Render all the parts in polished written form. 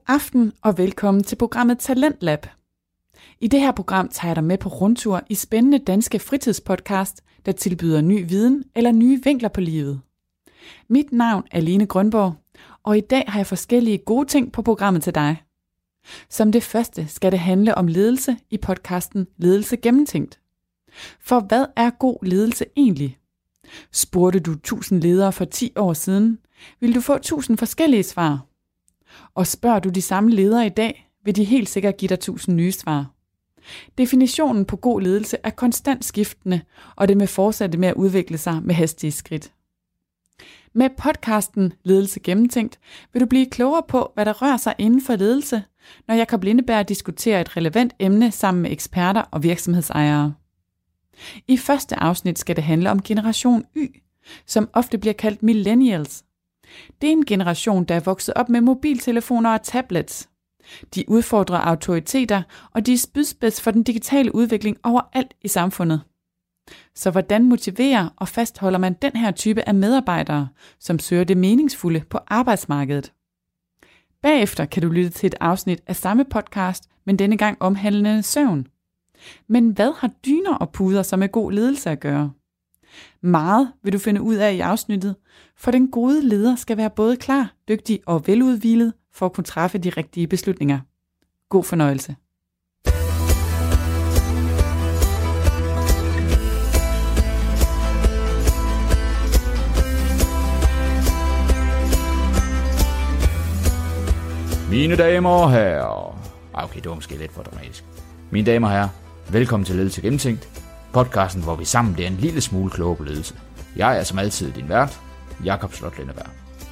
Aften og velkommen til programmet Talentlab. I det her program tager jeg dig med på rundtur i spændende danske fritidspodcast, der tilbyder ny viden eller nye vinkler på livet. Mit navn er Line Grønborg, og i dag har jeg forskellige gode ting på programmet til dig. Som det første skal det handle om ledelse i podcasten Ledelse Gennemtænkt. For hvad er god ledelse egentlig? Spurgte du 1000 ledere for 10 år siden, vil du få 1000 forskellige svar. Og spørger du de samme ledere i dag, vil de helt sikkert give dig 1000 nye svar. Definitionen på god ledelse er konstant skiftende, og det vil fortsætte med at udvikle sig med hastige skridt. Med podcasten Ledelse Gennemtænkt vil du blive klogere på, hvad der rører sig inden for ledelse, når Jakob Lindeberg diskuterer et relevant emne sammen med eksperter og virksomhedsejere. I første afsnit skal det handle om generation Y, som ofte bliver kaldt millennials. Det er en generation, der er vokset op med mobiltelefoner og tablets. De udfordrer autoriteter, og de er spydspids for den digitale udvikling overalt i samfundet. Så hvordan motiverer og fastholder man den her type af medarbejdere, som søger det meningsfulde på arbejdsmarkedet? Bagefter kan du lytte til et afsnit af samme podcast, men denne gang omhandlende søvn. Men hvad har dyner og puder så med god ledelse at gøre? Meget vil du finde ud af i afsnittet, for den gode leder skal være både klar, dygtig og veludhvilet for at kunne træffe de rigtige beslutninger. God fornøjelse. Mine damer og herrer. Okay, det var måske lidt for dramatisk. Mine damer og herrer, velkommen til Ledelse Gennemtænkt, podcasten, hvor vi sammen bliver en lille smule klogere på ledelse. Jeg er som altid din vært, Jakob Slot Lindeberg.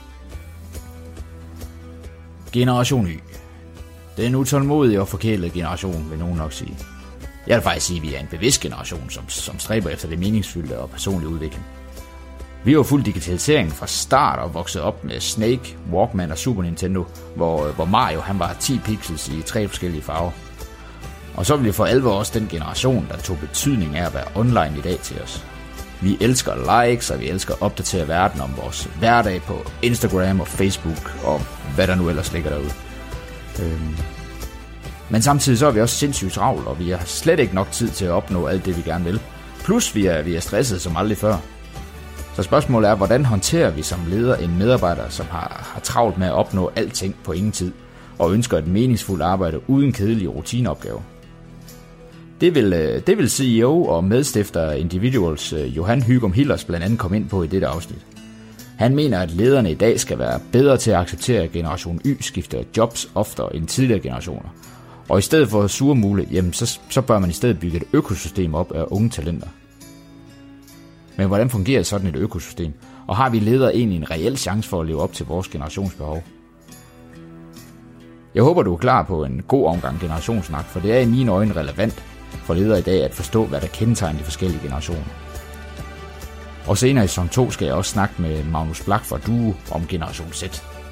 Generation Y. Den utålmodige og forkælede generation, vil nogen nok sige. Jeg vil faktisk sige, at vi er en bevidst generation, som stræber efter det meningsfyldte og personlige udvikling. Vi var fuld digitalisering fra start og voksede op med Snake, Walkman og Super Nintendo, hvor Mario han var 10 pixels i 3 forskellige farver. Og så vil vi for alvor også den generation, der tog betydning af at være online i dag til os. Vi elsker likes, og vi elsker at opdatere verden om vores hverdag på Instagram og Facebook, og hvad der nu ellers ligger derude. Men samtidig så er vi også sindssygt travlt, og vi har slet ikke nok tid til at opnå alt det, vi gerne vil. Plus vi er stresset som aldrig før. Så spørgsmålet er, hvordan håndterer vi som leder en medarbejder, som har travlt med at opnå alting på ingen tid, og ønsker et meningsfuldt arbejde uden kedelige rutineopgaver? Det vil CEO og medstifter af Individuals Johan Hygum Hillers blandt andet komme ind på i dette afsnit. Han mener, at lederne i dag skal være bedre til at acceptere, at generation Y skifter jobs oftere end tidligere generationer. Og i stedet for surmule, jamen så bør man i stedet bygge et økosystem op af unge talenter. Men hvordan fungerer sådan et økosystem? Og har vi ledere egentlig en reel chance for at leve op til vores generationsbehov? Jeg håber, du er klar på en god omgang generationssnak, for det er i mine øjne relevant for ledere i dag at forstå, hvad der kendetegner de forskellige generationer. Og senere i sæson 2 skal jeg også snakke med Magnus Blak fra Duo om generation Z.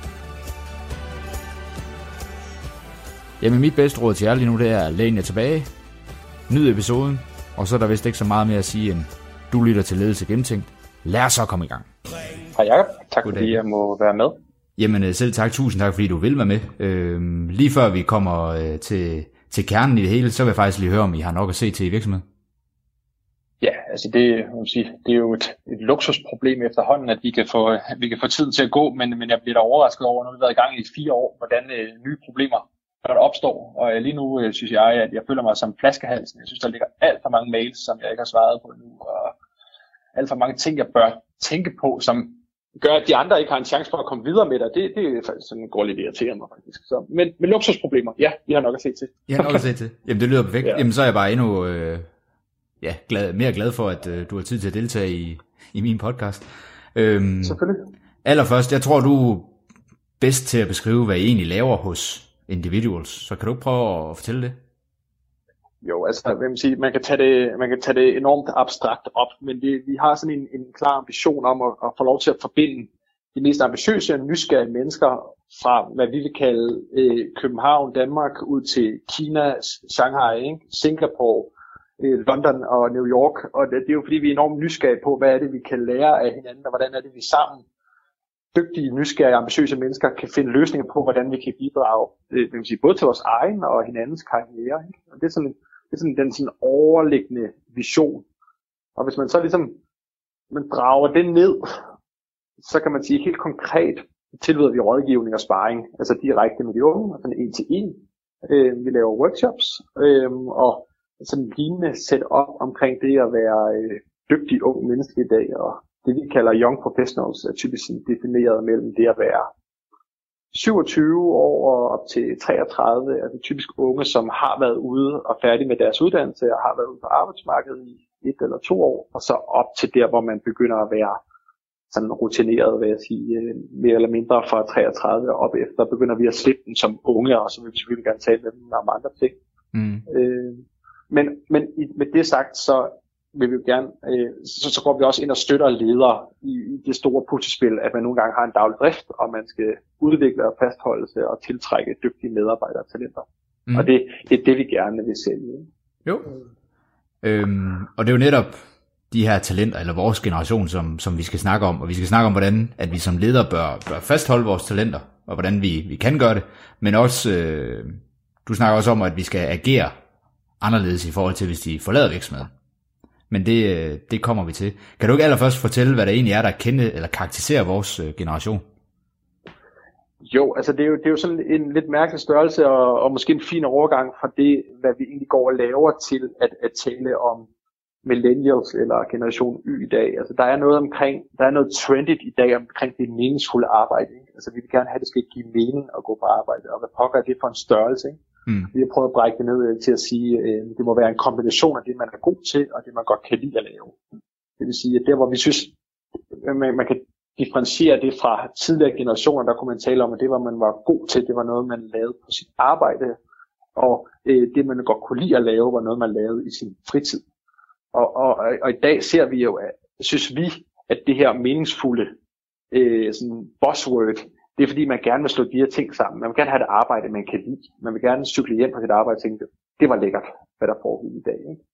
Jamen mit bedste råd til jer lige nu, det er at læne jer tilbage, nyd episoden, og så er der vist ikke så meget mere at sige end du lytter til Ledelse Gennemtænkt. Lad os så komme i gang. Hej Jakob, tak fordi jeg må være med. Jamen selv tak, tusind tak fordi du vil være med. Lige før vi kommer til kernen i det hele, så vil jeg faktisk lige høre, om I har nok at se til i virksomheden. Ja, altså det er jo et luksusproblem efterhånden, at vi kan få tiden til at gå, men jeg bliver da overrasket over, når vi har været i gang i 4 år, hvordan nye problemer der opstår. Og lige nu synes jeg, at jeg føler mig som flaskehalsen. Jeg synes, der ligger alt for mange mails, som jeg ikke har svaret på nu, og alt for mange ting, jeg bør tænke på, som gør, at de andre ikke har en chance for at komme videre med dig. Det er faktisk sådan, går lidt irriterende mig faktisk. Så, men luksusproblemer, ja, vi har nok at se til. Jeg har nok at se til. Jamen det lyder perfekt. Ja. Jamen så er jeg bare endnu mere glad for, at du har tid til at deltage i min podcast. Selvfølgelig. Allerførst, jeg tror, du er bedst til at beskrive, hvad I egentlig laver hos Individuals. Så kan du prøve at fortælle det? Jo, altså man kan tage det enormt abstrakt op, men vi har sådan en klar ambition om at få lov til at forbinde de mest ambitiøse og nysgerrige mennesker fra, hvad vi vil kalde København, Danmark, ud til Kina, Shanghai, ikke? Singapore, London og New York. Og det er jo fordi, vi er enormt nysgerrige på, hvad er det, vi kan lære af hinanden, og hvordan er det, vi sammen dygtige, nysgerrige, ambitiøse mennesker kan finde løsninger på, hvordan vi kan bidrage både til vores egen og hinandens karriere. Ikke? Og det er sådan den sådan overliggende vision. Og hvis man så ligesom man drager det ned, så kan man sige helt konkret, tilbyder vi rådgivning og sparring, altså direkte med de unge, altså en til en. Vi laver workshops, og sådan lignende setup omkring det at være dygtig ung menneske i dag, og det vi kalder young professionals er typisk defineret mellem det at være 27 år og op til 33, altså typisk unge, som har været ude og færdige med deres uddannelse og har været ude på arbejdsmarkedet i 1 eller 2 år, og så op til der, hvor man begynder at være sådan rutineret, vil jeg sige, mere eller mindre fra 33 og op efter, begynder vi at slippe dem som unge, og så vil vi selvfølgelig gerne tale med dem om andre ting. Men med det sagt, så vil vi jo gerne, så går vi også ind og støtter ledere i det store puslespil, at man nogle gange har en daglig drift, og man skal udvikle og fastholde sig og tiltrække dygtige medarbejdere og talenter. Og det er det, vi gerne vil sælge. Jo. Og det er jo netop de her talenter, eller vores generation, som vi skal snakke om, og vi skal snakke om, hvordan at vi som ledere bør fastholde vores talenter, og hvordan vi kan gøre det, men også, du snakker også om, at vi skal agere anderledes i forhold til, hvis de forlader virksomheden. Men det kommer vi til. Kan du ikke allerførst fortælle, hvad der egentlig er, der eller karakteriserer vores generation? Jo, altså det er jo sådan en lidt mærkelig størrelse, og måske en fin overgang fra det, hvad vi egentlig går og laver til at tale om millennials eller generation Y i dag. Altså der er noget trendigt i dag omkring det meningsfulde arbejde. Ikke? Altså vi vil gerne have, at det skal give mening at gå på arbejde, og hvad pokker er det for en størrelse, ikke? Vi har prøvet at brække det ned til at sige, det må være en kombination af det, man er god til, og det, man godt kan lide at lave. Det vil sige, at der, hvor vi synes, man kan differentiere det fra tidligere generationer, der kunne man tale om, at det, hvor man var god til, det var noget, man lavede på sit arbejde, og det, man godt kunne lide at lave, var noget, man lavede i sin fritid. Og i dag ser vi jo, synes vi, at det her meningsfulde sådan buzzword, det er fordi, man gerne vil slå de her ting sammen. Man vil gerne have et arbejde, man kan lide. Man vil gerne cykle hjem på sit arbejde og tænke, det var lækkert, hvad der foregik i dag. Ikke?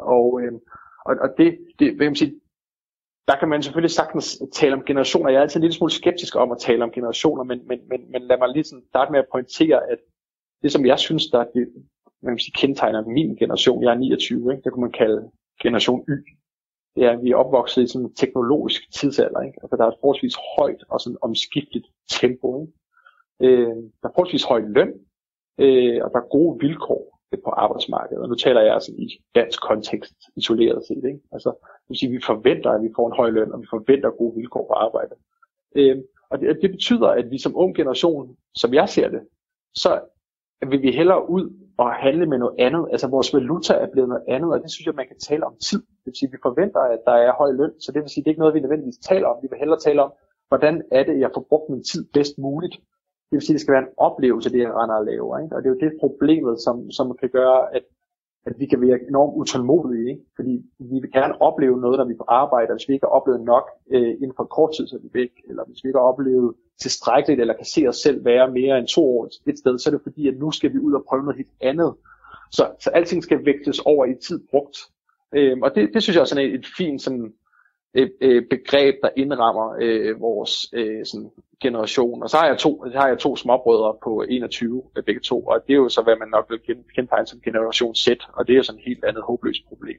Og det vil jeg sige, der kan man selvfølgelig sagtens tale om generationer. Jeg er altid en lille smule skeptisk om at tale om generationer, men lad mig lige sådan starte med at pointere, at det som jeg synes, der man kan sige, kendetegner min generation, jeg er 29, ikke? Det kunne man kalde generation Y. Det er, at vi er opvokset i sådan en teknologisk tidsalder, ikke? Altså, der er et forholdsvis højt og sådan omskiftet tempo, ikke? Der er forholdsvis høj løn, og der er gode vilkår på arbejdsmarkedet. Og nu taler jeg altså i dansk kontekst isoleret set, ikke? Altså, det vil sige, vi forventer, at vi får en høj løn, og vi forventer gode vilkår på arbejde. Og det betyder, at vi som ung generation, som jeg ser det, så vil vi hellere ud og handle med noget andet. Altså vores valuta er blevet noget andet, og det synes jeg, man kan tale om tid. Det vil sige, at vi forventer, at der er høj løn, så det vil sige, at det er ikke noget, vi nødvendigvis taler om. Vi vil hellere tale om, hvordan er det, jeg får brugt min tid bedst muligt. Det vil sige, at det skal være en oplevelse, det jeg render og laver. Ikke? Og det er jo det problemet, som kan gøre, at vi kan være enormt utålmodige. Ikke? Fordi vi vil gerne opleve noget, når vi er på arbejde, og hvis vi ikke har oplevet nok inden for kort tid, så er vi væk. Eller hvis vi ikke har oplevet tilstrækkeligt, eller kan se os selv være mere end 2 år et sted, så er det fordi, at nu skal vi ud og prøve noget helt andet. Så alting skal vægtes over i tid brugt. Og det synes jeg også er et fint sådan, begreb, der indrammer vores sådan, generation. Og så har jeg to småbrødre på 21, begge to, og det er jo så, hvad man nok vil kendetegne som generation Z, og det er jo sådan et helt andet håbløst problem.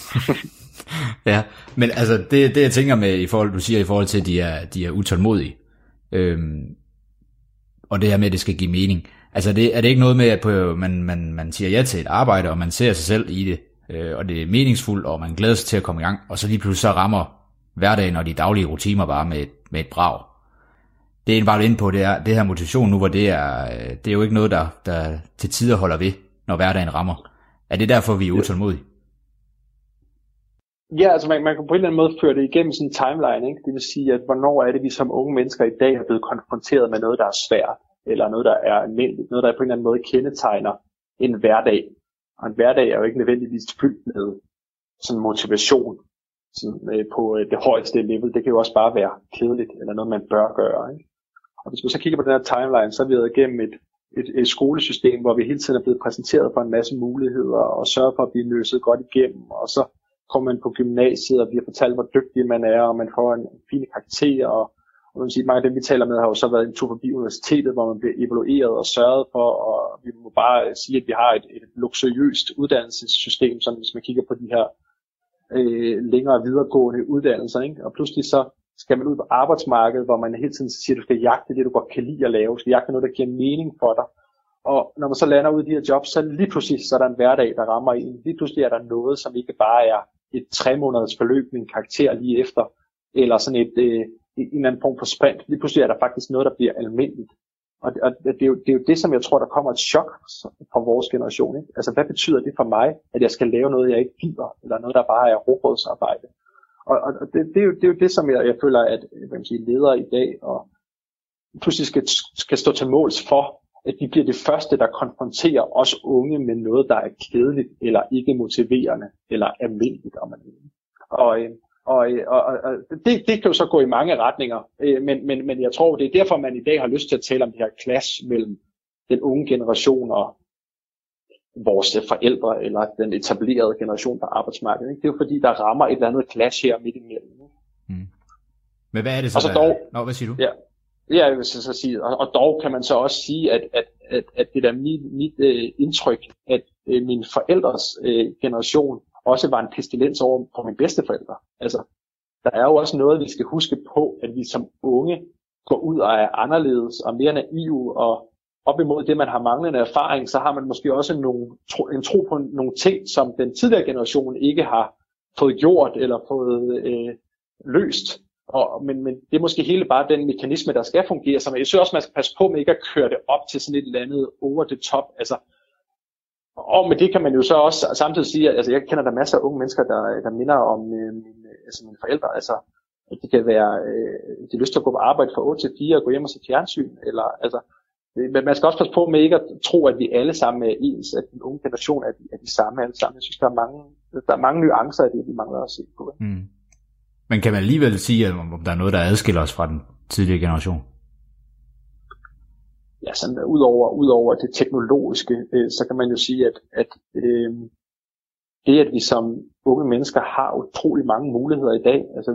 Ja, men altså, det jeg tænker med, du siger i forhold til, at de er utålmodige, og det her med, at det skal give mening. Altså, er det ikke noget med, at man siger ja til et arbejde, og man ser sig selv i det, og det er meningsfuldt, og man glæder sig til at komme i gang, og så lige pludselig så rammer hverdagen og de daglige rutiner bare med et brag. Det er bare inde på, det her motivation nu, hvor det er jo ikke noget, der til tider holder ved, når hverdagen rammer. Er det derfor, vi er utålmodige? Ja, altså man kan på en eller anden måde føre det igennem sådan en timeline, ikke? Det vil sige, at hvornår er det, vi som unge mennesker i dag er blevet konfronteret med noget, der er svært, eller noget, der er almindeligt, noget, der på en eller anden måde kendetegner en hverdag. Og en hverdag er jo ikke nødvendigvis fyldt med sådan motivation sådan, på det højeste level. Det kan jo også bare være kedeligt, eller noget, man bør gøre, ikke? Og hvis man så kigger på den her timeline, så er vi været igennem et skolesystem, hvor vi hele tiden er blevet præsenteret for en masse muligheder, og sørger for at blive løset godt igennem, og så kommer man på gymnasiet og bliver fortalt, hvor dygtig man er, og man får en fin karakter, mange af dem, vi taler med, har jo så været en tur forbi universitetet, hvor man bliver evalueret og sørget for, og vi må bare sige, at vi har et luksuriøst uddannelsessystem, sådan hvis man kigger på de her længere videregående uddannelser, ikke? Og pludselig så skal man ud på arbejdsmarkedet, hvor man hele tiden siger, at du skal jagte det, du godt kan lide at lave, du skal jagte noget, der giver mening for dig. Og når man så lander ud i de her jobs, så lige pludselig så er der en hverdag, der rammer en. Lige pludselig er der noget, som ikke bare er et 3 måneders forløb med en karakter lige efter, eller sådan en eller anden form for sprint. Lige pludselig er der faktisk noget, der bliver almindeligt. Og det er jo det, som jeg tror, der kommer et chok fra vores generation. Ikke? Altså, hvad betyder det for mig, at jeg skal lave noget, jeg ikke gider, eller noget, der bare er robotsarbejde? Og det er jo det, som jeg føler, at ledere i dag og pludselig skal stå til måls for, at de bliver det første, der konfronterer os unge med noget, der er kedeligt, eller ikke motiverende, eller almindeligt, om man vil. Og det kan jo så gå i mange retninger, men jeg tror, det er derfor, man i dag har lyst til at tale om det her clash mellem den unge generation og vores forældre, eller den etablerede generation på arbejdsmarkedet. Ikke? Det er jo fordi, der rammer et eller andet clash her midt imellem. Ikke? Men hvad er det så, så dog, hvad siger du? Ja, jeg vil så sige, og dog kan man så også sige, at det er mit indtryk, at min forældres generation også var en pestilens over på mine bedsteforældre. Altså, der er jo også noget, vi skal huske på, at vi som unge går ud og er anderledes og mere naive, og op imod det, man har manglende erfaring, så har man måske også en tro på nogle ting, som den tidligere generation ikke har fået gjort eller fået løst. Men det er måske hele bare den mekanisme, der skal fungere. Så jeg synes også, man skal passe på med ikke at køre det op til sådan et eller andet over the top. Altså, og med det kan man jo så også samtidig sige, at altså, jeg kender der masser af unge mennesker, der minder om mine forældre. Altså, det kan være, de har lyst til at gå på arbejde fra 8 til 4 og gå hjem og se fjernsyn. Eller, altså, men man skal også passe på med ikke at tro, at vi alle sammen er ens, at den unge generation er de samme alle sammen. Jeg synes, der er mange nuancer af det, vi mangler at se på. Mm. Men kan man alligevel sige, om der er noget, der adskiller os fra den tidligere generation? Ja, sådan udover det teknologiske, så kan man jo sige, at det, at vi som unge mennesker har utrolig mange muligheder i dag. Altså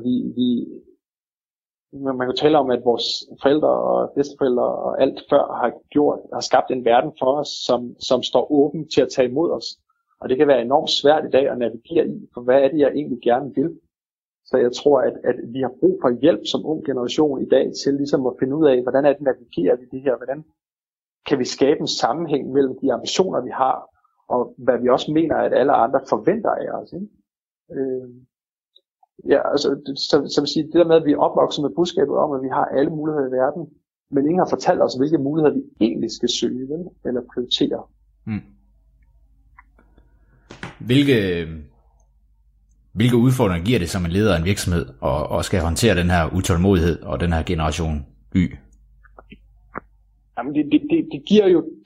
man kan tale om, at vores forældre og bedsteforældre og alt før har skabt en verden for os, som står åben til at tage imod os. Og det kan være enormt svært i dag at navigere i, for hvad er det, jeg egentlig gerne vil? Så jeg tror, at vi har brug for hjælp som ung generation i dag til ligesom at finde ud af, hvordan er det, navigerer vi det her? Hvordan kan vi skabe en sammenhæng mellem de ambitioner, vi har, og hvad vi også mener, at alle andre forventer af os. Ikke? Så vil sige, det der med, at vi er opvokset med budskabet om, at vi har alle muligheder i verden, men ingen har fortalt os, hvilke muligheder vi egentlig skal søge, eller prioritere. Mm. Hvilke udfordringer giver det som en leder af en virksomhed og skal håndtere den her utålmodighed og den her generation Y? Jamen det giver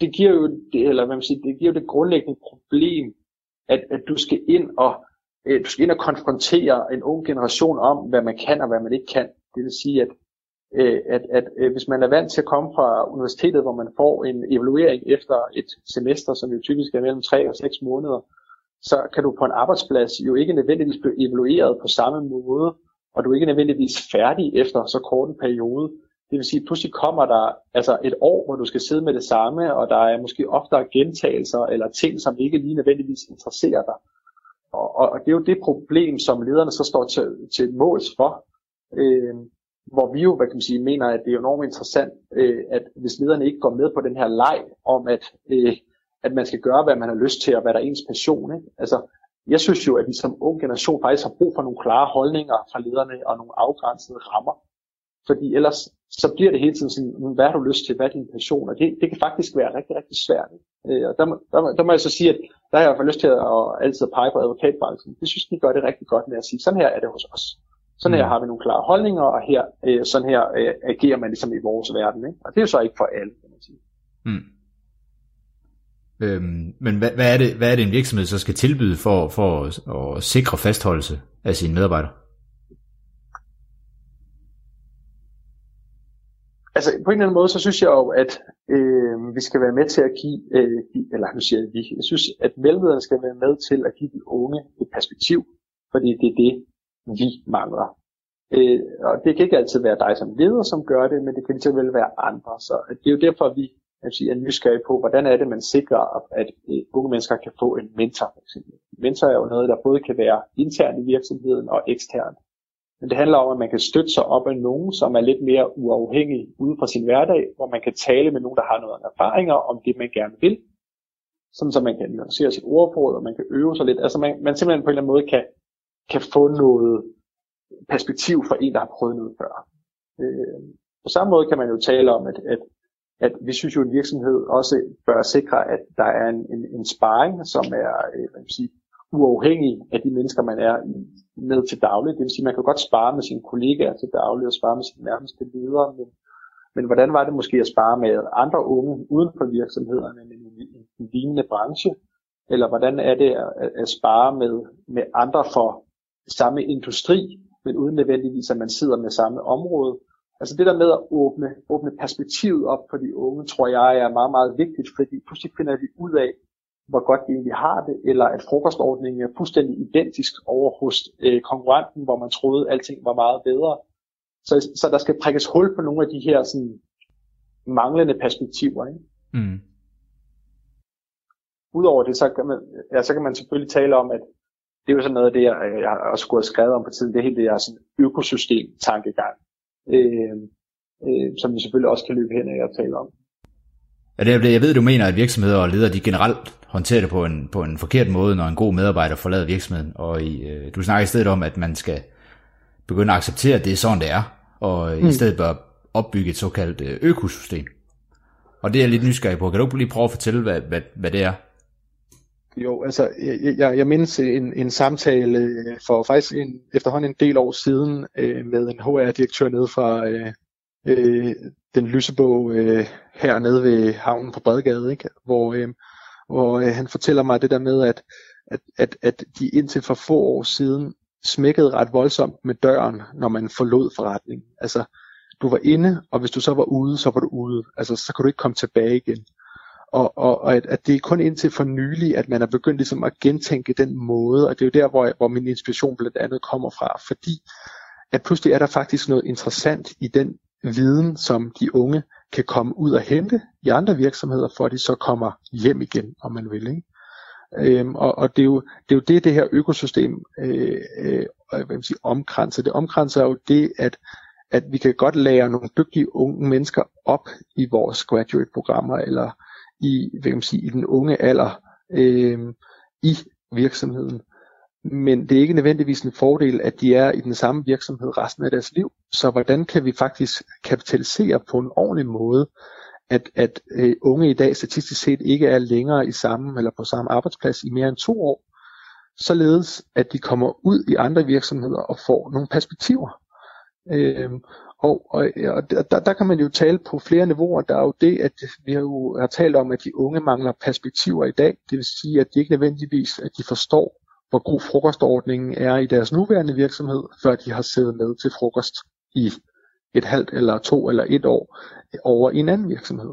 jo det grundlæggende problem, at du skal ind og konfrontere en ung generation om, hvad man kan og hvad man ikke kan. Det vil sige, at hvis man er vant til at komme fra universitetet, hvor man får en evaluering efter et semester, som jo typisk er mellem 3 og 6 måneder, så kan du på en arbejdsplads jo ikke nødvendigvis blive evalueret på samme måde, og du er ikke nødvendigvis færdig efter så kort en periode. Det vil sige, at pludselig kommer der altså et år, hvor du skal sidde med det samme, og der er måske oftere gentagelser eller ting, som ikke lige nødvendigvis interesserer dig. Og det er jo det problem, som lederne så står til måls for, hvor vi jo, mener, at det er enormt interessant, at hvis lederne ikke går med på den her leg om, at man skal gøre, hvad man har lyst til, og hvad der er ens passion. Ikke? Altså, jeg synes jo, at vi som ung generation faktisk har brug for nogle klare holdninger fra lederne og nogle afgrænsede rammer. Fordi ellers så bliver det hele tiden sådan, hvad har du lyst til, hvad er din passion? Og det kan faktisk være rigtig, rigtig svært. Og der må jeg så sige, at der har jeg i hvert fald lyst til at altid pege på advokatbranchen. Det synes de gør det rigtig godt med at sige, sådan her er det hos os. Sådan her har vi nogle klare holdninger, og her, sådan her agerer man ligesom i vores verden. Ikke? Og det er jo så ikke for alle, kan man sige. Mm. Men hvad er det en virksomhed så skal tilbyde for at sikre fastholdelse af sine medarbejdere? Altså på en eller anden måde, så synes jeg jo, at vi skal være med til at give, jeg synes, at mellemlederne skal være med til at give de unge et perspektiv, fordi det er det, vi mangler. Og det kan ikke altid være dig som leder, som gør det, men det kan lige så vel være andre. Så det er jo derfor, vi er nysgerrige på, hvordan er det, man sikrer, at unge mennesker kan få en mentor, for eksempel. Mentor er jo noget, der både kan være internt i virksomheden og eksternt. Men det handler om, at man kan støtte sig op af nogen, som er lidt mere uafhængig ude fra sin hverdag, hvor man kan tale med nogen, der har noget erfaringer om det, man gerne vil. Sådan så man kan nuancere sit ordforråd, og man kan øve sig lidt. Altså man simpelthen på en eller anden måde kan få noget perspektiv fra en, der har prøvet noget før. På samme måde kan man jo tale om, at vi synes jo, at en virksomhed også bør sikre, at der er en sparring, som er uafhængig af de mennesker, man er med til daglig. Det vil sige, at man kan godt spare med sine kollegaer til daglig og spare med sine nærmeste ledere, men hvordan var det måske at spare med andre unge uden for virksomhederne i en lignende branche? Eller hvordan er det at spare med andre for samme industri, men uden nødvendigvis, at man sidder med samme område? Altså det der med at åbne perspektivet op for de unge, tror jeg er meget, meget vigtigt, fordi pludselig finder de ud af, hvor godt de egentlig har det, eller at frokostordningen er fuldstændig identisk over hos konkurrenten, hvor man troede, at alting var meget bedre. Så der skal prikkes hul på nogle af de her sådan, manglende perspektiver. Ikke? Mm. Udover det, så kan man selvfølgelig tale om, at det er jo sådan noget af det, jeg har også skulle have skrevet om på tiden, det er hele det her sådan økosystem-tankegang, som vi selvfølgelig også kan løbe hen af at tale om. Ja, jeg ved, du mener, at virksomheder og ledere, de generelt håndterer det på en forkert måde, når en god medarbejder forlader virksomheden, og du snakker i stedet om, at man skal begynde at acceptere, at det er sådan, det er, og i stedet bør opbygge et såkaldt økosystem. Og det er jeg lidt nysgerrig på. Kan du lige prøve at fortælle, hvad det er? Jo, altså, jeg mindes en samtale for faktisk efterhånden en del år siden med en HR-direktør nede fra den Lysebog hernede ved havnen på Bredgade, ikke? Hvor han fortæller mig det der med, at de indtil for få år siden smækkede ret voldsomt med døren, når man forlod forretningen. Altså, du var inde, og hvis du så var ude, så var du ude. Altså, så kan du ikke komme tilbage igen. Og at det er kun indtil for nylig, at man er begyndt ligesom at gentænke den måde, og det er jo der, hvor min inspiration blandt andet kommer fra, fordi at pludselig er der faktisk noget interessant i den viden, som de unge kan komme ud og hente i andre virksomheder, for at de så kommer hjem igen, om man vil, ikke? Og det er jo det her økosystem omkranser. Det omkranser jo det, at vi kan godt lære nogle dygtige unge mennesker op i vores graduate-programmer, eller i den unge alder i virksomheden. Men det er ikke nødvendigvis en fordel, at de er i den samme virksomhed resten af deres liv. Så hvordan kan vi faktisk kapitalisere på en ordentlig måde, at unge i dag statistisk set ikke er længere i samme eller på samme arbejdsplads i mere end 2 år, således at de kommer ud i andre virksomheder og får nogle perspektiver. Og der kan man jo tale på flere niveauer. Der er jo det, at vi har talt om, at de unge mangler perspektiver i dag. Det vil sige, at de ikke nødvendigvis at de forstår, hvor god frokostordningen er i deres nuværende virksomhed, før de har siddet med til frokost i 1,5 eller 2 eller 1 år over i en anden virksomhed.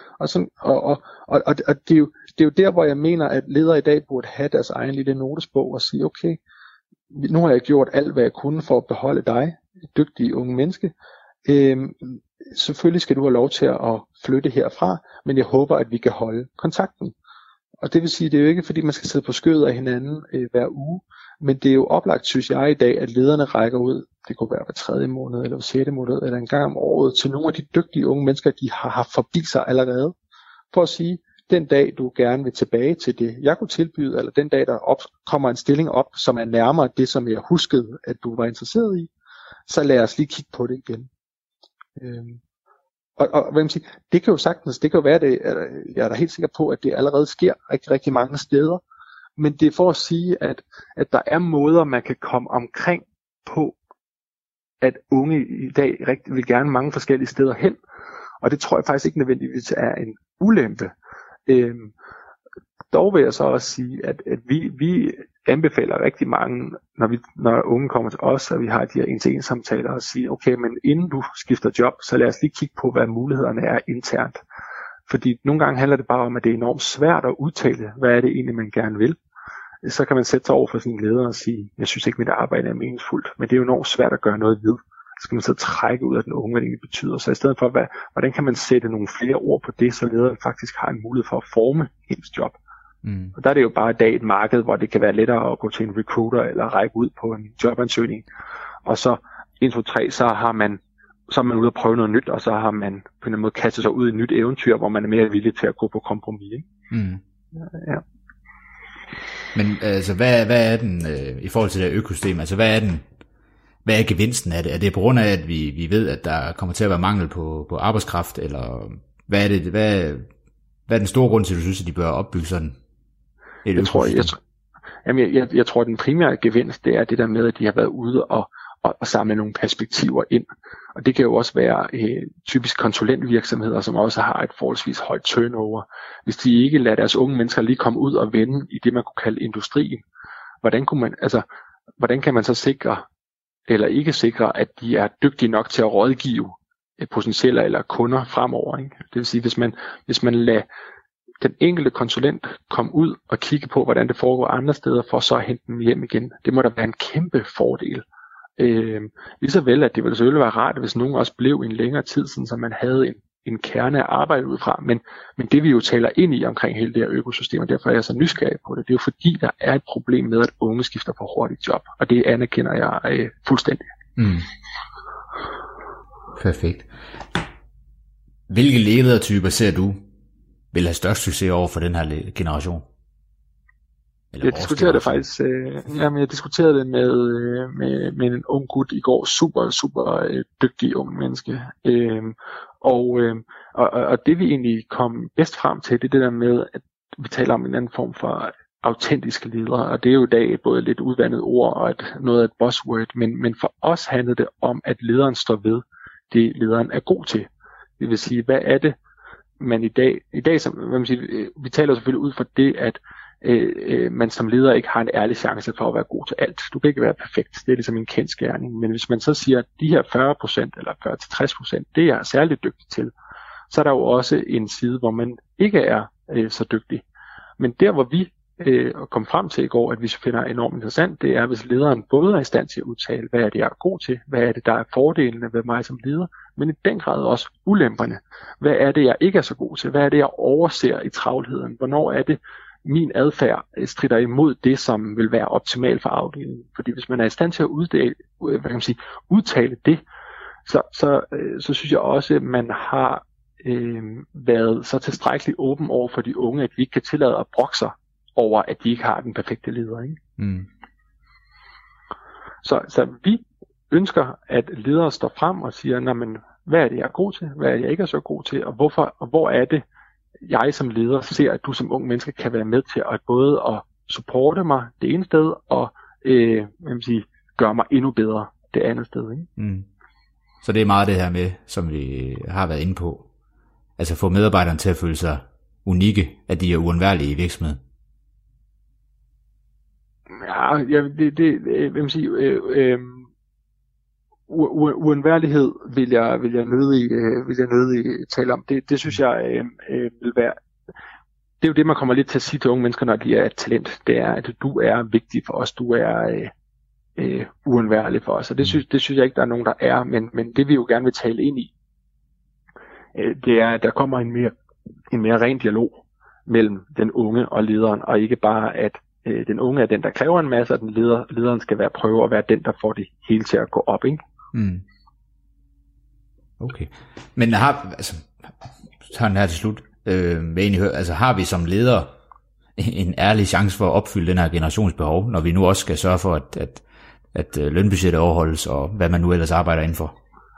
Og det er jo der, hvor jeg mener, at ledere i dag burde have deres egen lille notesbog og sige, okay, nu har jeg gjort alt, hvad jeg kunne for at beholde dig, dygtige unge menneske. Selvfølgelig skal du have lov til at flytte herfra, men jeg håber, at vi kan holde kontakten. Og det vil sige, det er jo ikke, fordi man skal sidde på skødet af hinanden hver uge, men det er jo oplagt, synes jeg i dag, at lederne rækker ud, det kunne være hver 3. måned, eller hver 6. måned, eller en gang om året, til nogle af de dygtige unge mennesker, de har haft forbi sig allerede, for at sige, den dag du gerne vil tilbage til det, jeg kunne tilbyde, eller den dag der kommer en stilling op, som er nærmere det, som jeg huskede, at du var interesseret i, så lad os lige kigge på det igen. Og hvad man siger, det kan jo sagtens, det kan jo være det, jeg er da helt sikker på, at det allerede sker rigtig, rigtig mange steder, men det er for at sige, at der er måder, man kan komme omkring på, at unge i dag rigtig vil gerne mange forskellige steder hen, og det tror jeg faktisk ikke nødvendigvis er en ulempe. Dog vil jeg så også sige, at vi anbefaler rigtig mange, når unge kommer til os, og vi har de her en-til-en samtaler, og sige, okay, men inden du skifter job, så lad os lige kigge på, hvad mulighederne er internt. Fordi nogle gange handler det bare om, at det er enormt svært at udtale, hvad er det egentlig, man gerne vil. så kan man sætte sig over for sin leder og sige, jeg synes ikke, mit arbejde er meningsfuldt, men det er jo enormt svært at gøre noget ved. Så skal man så trække ud af den unge, hvad det egentlig betyder. Så i stedet for, hvordan kan man sætte nogle flere ord på det, så lederen faktisk har en mulighed for at forme hendes job. Og der er det jo bare i dag et marked, hvor det kan være lettere at gå til en recruiter eller række ud på en jobansøgning. Og så 1, 2, 3, så er man ude at prøve noget nyt, og så har man på en eller anden måde kastet sig ud i et nyt eventyr, hvor man er mere villig til at gå på kompromis. Ikke? Ja. Men altså, hvad er den i forhold til det økosystem? Altså, hvad er gevinsten af det? Er det på grund af, at vi ved, at der kommer til at være mangel på arbejdskraft, eller hvad er det? Hvad er den store grund til, at du synes, at de bør opbygge sådan et økosystem? Jeg tror, at den primære gevinst, det er det der med, at de har været ude og samle nogle perspektiver ind. Og det kan jo også være typisk konsulentvirksomheder, som også har et forholdsvis højt turnover. Hvis de ikke lader deres unge mennesker lige komme ud og vende i det, man kunne kalde industrien, hvordan kan man så sikre, eller ikke sikre, at de er dygtige nok til at rådgive potentielle eller kunder fremover. Ikke? Det vil sige, hvis man lader den enkelte konsulent komme ud og kigge på, hvordan det foregår andre steder, for så at hente dem hjem igen. Det må da være en kæmpe fordel. Lige så vel, at det ville selvfølgelig være rart, hvis nogen også blev en længere tid, sådan, så man havde en kerne af arbejde ud fra, men det vi jo taler ind i omkring hele det her økosystem, og derfor er jeg så nysgerrig på det, det er jo fordi, der er et problem med, at unge skifter for hurtigt job, og det anerkender jeg fuldstændig. Perfekt. Hvilke ledertyper ser du vil have størst succes over for den her generation? Jeg diskuterede det faktisk. Jeg diskuterede det med en ung gut i går. Super dygtig ung menneske. Og det vi egentlig kom bedst frem til, det er det der med, at vi taler om en anden form for autentiske ledere. Og det er jo i dag både et lidt udvandet ord og noget af et buzzword. Men for os handler det om, at lederen står ved det, lederen er god til. Det vil sige, hvad er det, man i dag som, hvad man siger, vi taler selvfølgelig ud fra det, at man som leder ikke har en ærlig chance for at være god til alt. Du kan ikke være perfekt, det er ligesom en kendsgerning. Men hvis man så siger, at de her 40% eller 40-60%, det er jeg særligt dygtig til, så er der jo også en side, hvor man ikke er så dygtig. Men der, hvor vi kom frem til i går, at vi finder enormt interessant, det er, hvis lederen både er i stand til at udtale, hvad er det, jeg er god til, hvad er det, der er fordelene ved mig som leder, men i den grad også ulemperne. Hvad er det, jeg ikke er så god til? Hvad er det, jeg overser i travlheden? Hvornår er det, min adfærd strider imod det, som vil være optimalt for afdelingen? Fordi hvis man er i stand til at udtale det, så synes jeg også, at man har været så tilstrækkeligt åben over for de unge, at vi ikke kan tillade at brokke sig over, at de ikke har den perfekte leder. Ikke? Så vi ønsker, at ledere står frem og siger, hvad er det, jeg er god til? Hvad er det, jeg ikke er så god til? Og hvorfor? Og hvor er det, jeg som leder ser, at du som ung menneske kan være med til at både at supporte mig det ene sted, og gøre mig endnu bedre det andet sted. Ikke? Så det er meget det her med, som vi har været inde på, altså få medarbejderne til at føle sig unikke, at de er uundværlige i virksomheden. Uundværlighed vil jeg nødig tale om. Det synes jeg vil være. Det er jo det, man kommer lidt til at sige til unge mennesker, når de er et talent. Det er, at du er vigtig for os. Du er uundværlig for os. Og det synes jeg ikke, der er nogen, der er. Men det vi jo gerne vil tale ind i, det er, at der kommer en mere ren dialog mellem den unge og lederen, og ikke bare, at den unge er den, der kræver en masse, og lederen skal prøve at være den, der får det hele til at gå op, ikke? Okay. Men sådan her til slut, har vi som ledere en ærlig chance for at opfylde den her generations behov, når vi nu også skal sørge for, at lønbudgettet overholdes, og hvad man nu ellers arbejder indenfor?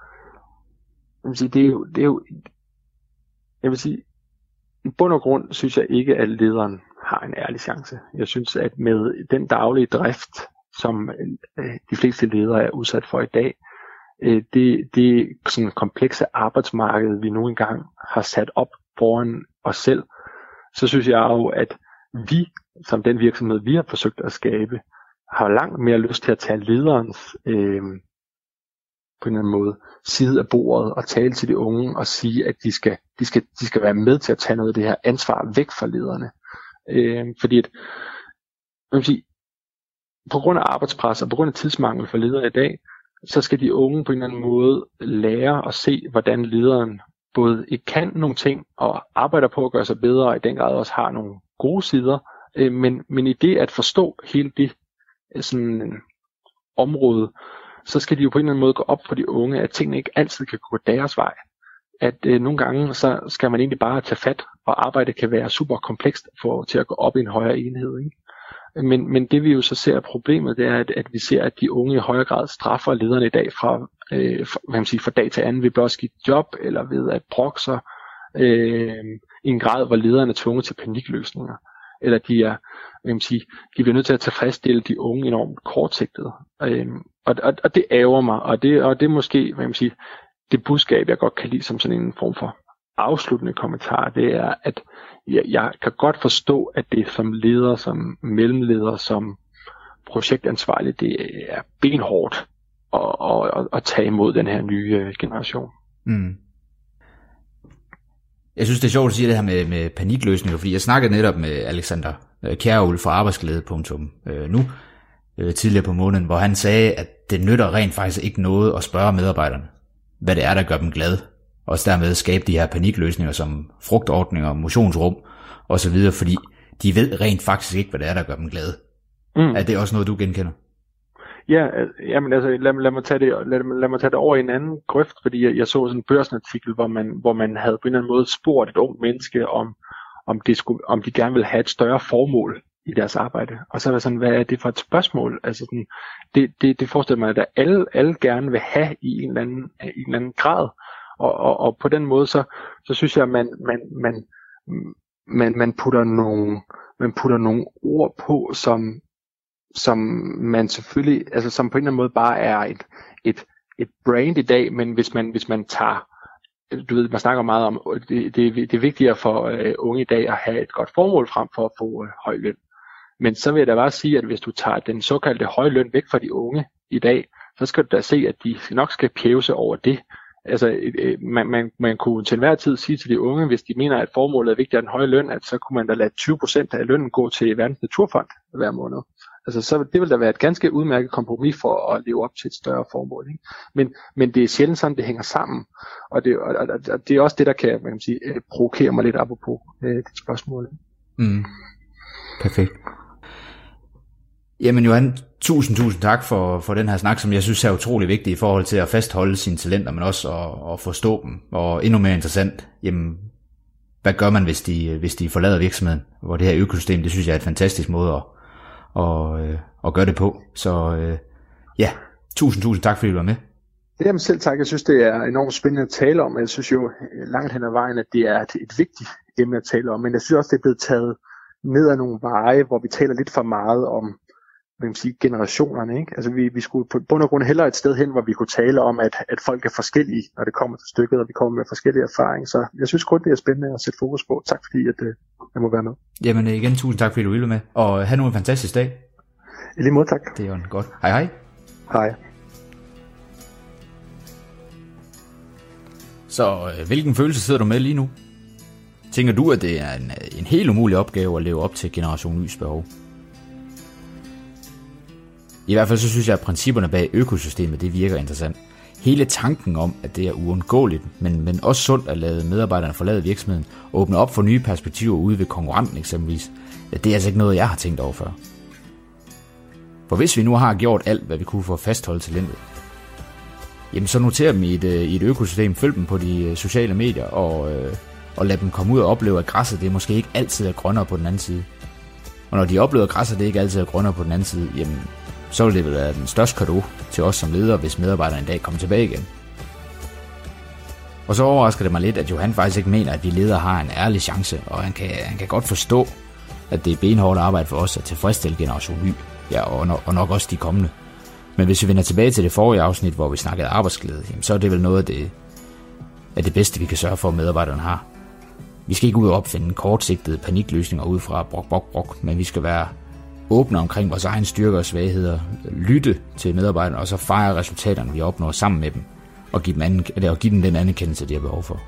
Jeg vil sige, i bund og grund synes jeg ikke, at lederen har en ærlig chance. Jeg synes, at med den daglige drift, som de fleste ledere er udsat for i dag, det sådan komplekse arbejdsmarked, vi nu engang har sat op foran os selv, så synes jeg jo, at vi, som den virksomhed, vi har forsøgt at skabe, har langt mere lyst til at tage lederens på en eller anden måde side af bordet og tale til de unge og sige, at de skal være med til at tage noget af det her ansvar væk fra lederne. Fordi på grund af arbejdspres og på grund af tidsmangel for ledere i dag, så skal de unge på en eller anden måde lære at se, hvordan lederen både ikke kan nogle ting og arbejder på at gøre sig bedre, og i den grad også har nogle gode sider. Men i det at forstå hele det sådan område, så skal de jo på en eller anden måde gå op for de unge, at tingene ikke altid kan gå deres vej. At nogle gange, så skal man egentlig bare tage fat, og arbejdet kan være super komplekst til at gå op i en højere enhed, ikke? Men det vi jo så ser problemet, det er, at vi ser, at de unge i højere grad straffer lederne i dag fra dag til anden ved blot at skifte job, eller ved at brokke sig i en grad, hvor lederne er tvunget til panikløsninger. Eller de bliver nødt til at tilfredsstille de unge enormt kortsigtet. Og det ærger mig, og det er måske, det budskab, jeg godt kan lide som sådan en form for afsluttende kommentar, det er, at jeg kan godt forstå, at det som leder, som mellemleder, som projektansvarlig, det er benhårdt at tage imod den her nye generation. Mm. Jeg synes, det er sjovt at sige det her med panikløsninger, fordi jeg snakkede netop med Alexander Kjærulf fra Arbejdsglæde.nu tidligere på måneden, hvor han sagde, at det nytter rent faktisk ikke noget at spørge medarbejderne, hvad det er, der gør dem glade, og dermed skabe de her panikløsninger som frugtordninger, motionsrum osv., fordi de ved rent faktisk ikke, hvad det er, der gør dem glade. Mm. Er det også noget, du genkender? Ja, jamen altså, lad mig tage det over i en anden grøft, fordi jeg så sådan en børsartikel, hvor man havde på en eller anden måde spurgt et ungt menneske, om de gerne ville have et større formål i deres arbejde. Og så er der sådan, hvad er det for et spørgsmål? Altså sådan, det forestiller mig, at alle gerne vil have i en eller anden grad. Og på den måde, så synes jeg, at man putter nogle ord på, som man selvfølgelig, altså som på en eller anden måde bare er et brand i dag, men hvis man tager, du ved, man snakker meget om, det er vigtigere for unge i dag at have et godt formål frem for at få høj løn. Men så vil jeg da bare sige, at hvis du tager den såkaldte høje løn væk fra de unge i dag, så skal du da se, at de nok skal pævse over det. Altså, man kunne til enhver tid sige til de unge, hvis de mener, at formålet er vigtigere end høj løn, at så kunne man da lade 20% af lønnen gå til Verdens Naturfond hver måned. Altså, så det vil da være et ganske udmærket kompromis for at leve op til et større formål, ikke? Men det er sjældent sådan, det hænger sammen. Og det er også det, der kan, provokere mig lidt apropos det spørgsmål. Mm. Perfekt. Jamen Johan, tusind tak for den her snak, som jeg synes er utrolig vigtig i forhold til at fastholde sine talenter, men også at forstå dem. Og endnu mere interessant, jamen, hvad gør man, hvis de forlader virksomheden? Hvor det her økosystem, det synes jeg er et fantastisk måde at gøre det på. Så ja, tusind tak, fordi du var med. Jamen selv tak. Jeg synes, det er enormt spændende at tale om. Jeg synes jo langt hen ad vejen, at det er et vigtigt emne at tale om. Men jeg synes også, det er blevet taget ned ad nogle veje, hvor vi taler lidt for meget om generationerne, ikke? Altså vi skulle på bund og grund hellere et sted hen, hvor vi kunne tale om, at folk er forskellige, når det kommer til stykket, og vi kommer med forskellige erfaringer. Så jeg synes kun, det er spændende at sætte fokus på. Tak fordi, at jeg må være med. Jamen igen, tusind tak fordi du ville med, og have nu en fantastisk dag. I lige måde, tak. Det er jo godt. Hej. Hej. Så hvilken følelse sidder du med lige nu? Tænker du, at det er en helt umulig opgave at leve op til Generation Y's behov? I hvert fald så synes jeg, at principperne bag økosystemet, det virker interessant. Hele tanken om, at det er uundgåeligt, men også sundt at lade medarbejderne forlade virksomheden og åbne op for nye perspektiver ude ved konkurrenten eksempelvis, det er altså ikke noget, jeg har tænkt over før. For hvis vi nu har gjort alt, hvad vi kunne for at fastholde talentet, jamen så noter dem i et økosystem, følg dem på de sociale medier og lad dem komme ud og opleve, at græsset det måske ikke altid er grønnere på den anden side. Og når de oplever, at græsset det ikke altid er grønnere på den anden side, jamen så vil det være den største cadeau til os som ledere, hvis medarbejderne en dag kommer tilbage igen. Og så overrasker det mig lidt, at Johan faktisk ikke mener, at vi ledere har en ærlig chance, og han kan godt forstå, at det er benhårdt arbejde for os at tilfredsstille Generation Y, ja, og nok også de kommende. Men hvis vi vender tilbage til det forrige afsnit, hvor vi snakkede arbejdsglæde, jamen, så er det vel noget af det bedste, vi kan sørge for, at medarbejderne har. Vi skal ikke ud og opfinde kortsigtede panikløsninger ud fra brok, men vi skal være åbne omkring vores egen styrker og svagheder, lytte til medarbejderne, og så fejre resultaterne, vi opnår sammen med dem, og give dem den anerkendelse, de har behov for.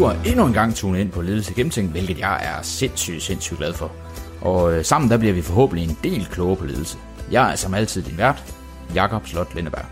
du har endnu en gang tunet ind på Ledelse Gennemtænkt, hvilket jeg er sindssygt glad for. Og sammen der bliver vi forhåbentlig en del klogere på ledelse. Jeg er som altid din vært, Jakob Slot Lindeberg.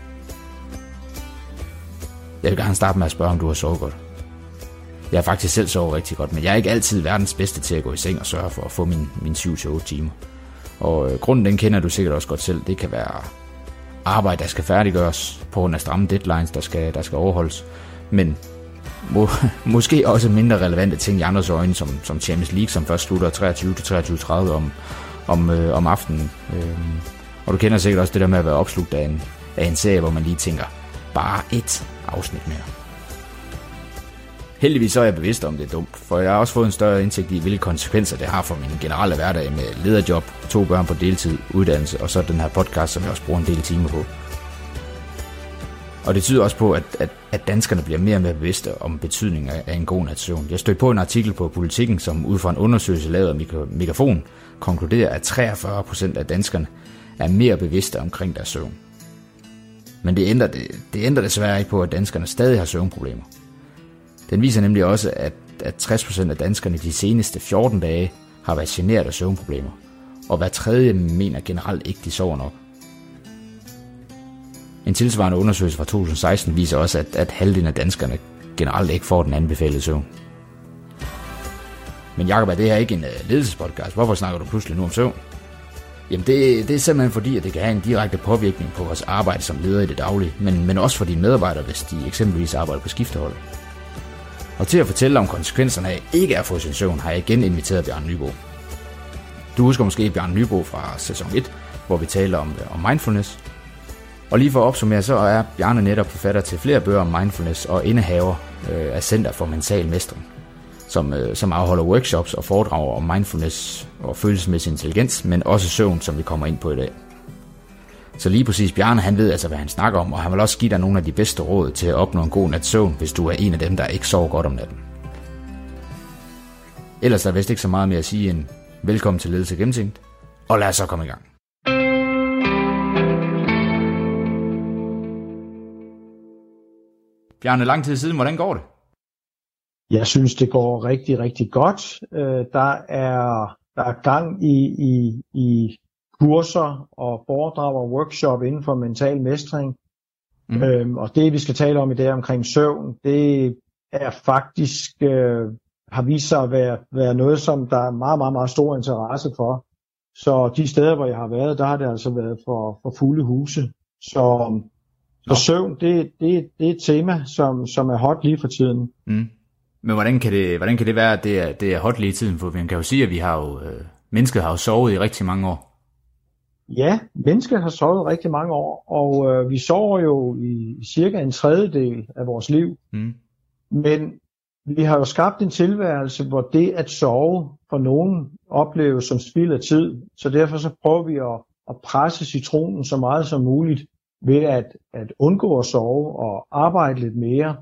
Jeg vil gerne starte med at spørge, om du har sovet godt. Jeg har faktisk selv sovet rigtig godt, men jeg er ikke altid verdens bedste til at gå i seng og sørge for at få min 7-8 timer. Og grunden den kender du sikkert også godt selv. Det kan være arbejde, der skal færdiggøres på grund af stramme deadlines, der skal overholdes. Men måske også mindre relevante ting i andres øjne, som Champions League, som først slutter 23-23:30 om aftenen. Og du kender sikkert også det der med at være opslugt af en serie, hvor man lige tænker, bare et afsnit mere. Heldigvis så er jeg bevidst om, det er dumt, for jeg har også fået en større indsigt i, hvilke konsekvenser det har for min generelle hverdag med lederjob, 2 børn på deltid, uddannelse og så den her podcast, som jeg også bruger en del timer på. Og det tyder også på, at danskerne bliver mere og mere bevidste om betydningen af en god nats søvn. Jeg stødte på en artikel på Politikken, som ud fra en undersøgelse lavet af Megafon, konkluderer, at 43% af danskerne er mere bevidste omkring deres søvn. Men det ændrer desværre ikke på, at danskerne stadig har søvnproblemer. Den viser nemlig også, at 60% af danskerne de seneste 14 dage har været generet af søvnproblemer, og hver tredje mener generelt ikke, de sover nok. En tilsvarende undersøgelse fra 2016 viser også, at halvdelen af danskerne generelt ikke får den anbefalede søvn. Men Jakob, er det her ikke en ledelsespodcast? Hvorfor snakker du pludselig nu om søvn? Jamen det er simpelthen fordi, at det kan have en direkte påvirkning på vores arbejde som leder i det daglige, men også for dine medarbejdere, hvis de eksempelvis arbejder på skiftehold. Og til at fortælle om konsekvenserne af ikke at få sin søvn, har jeg igen inviteret Bjarne Nybo. Du husker måske Bjarne Nybo fra sæson 1, hvor vi taler om mindfulness. Og lige for at opsummere, så er Bjarne netop forfatter til flere bøger om mindfulness og indehaver af Center for Mental Mestring, som afholder workshops og foredrager om mindfulness og følelsesmæssig intelligens, men også søvn, som vi kommer ind på i dag. Så lige præcis Bjarne, han ved altså, hvad han snakker om, og han vil også give dig nogle af de bedste råd til at opnå en god nats søvn, hvis du er en af dem, der ikke sover godt om natten. Ellers er der vist ikke så meget mere at sige end velkommen til Ledelse Gennemtænkt, og lad os så komme i gang. Bjarne, lang tid siden, hvordan går det? Jeg synes, det går rigtig, rigtig godt. Der er gang i kurser og foredrag og workshop inden for mental mestring. Og det, vi skal tale om i dag omkring søvn, det er faktisk, har vist sig at være noget, som der er meget, meget, meget stor interesse for. Så de steder, hvor jeg har været, der har det altså været for fulde huse. Så søvn, det er et tema, som er hot lige for tiden. Men hvordan kan det være, at det er hot lige i tiden? For man kan jo sige, at vi har jo mennesket har jo sovet i rigtig mange år. Ja, mennesket har sovet rigtig mange år, og vi sover jo i cirka en tredjedel af vores liv. Men vi har jo skabt en tilværelse, hvor det at sove for nogen opleves som spild af tid. Så derfor så prøver vi at presse citronen så meget som muligt ved at undgå at sove og arbejde lidt mere.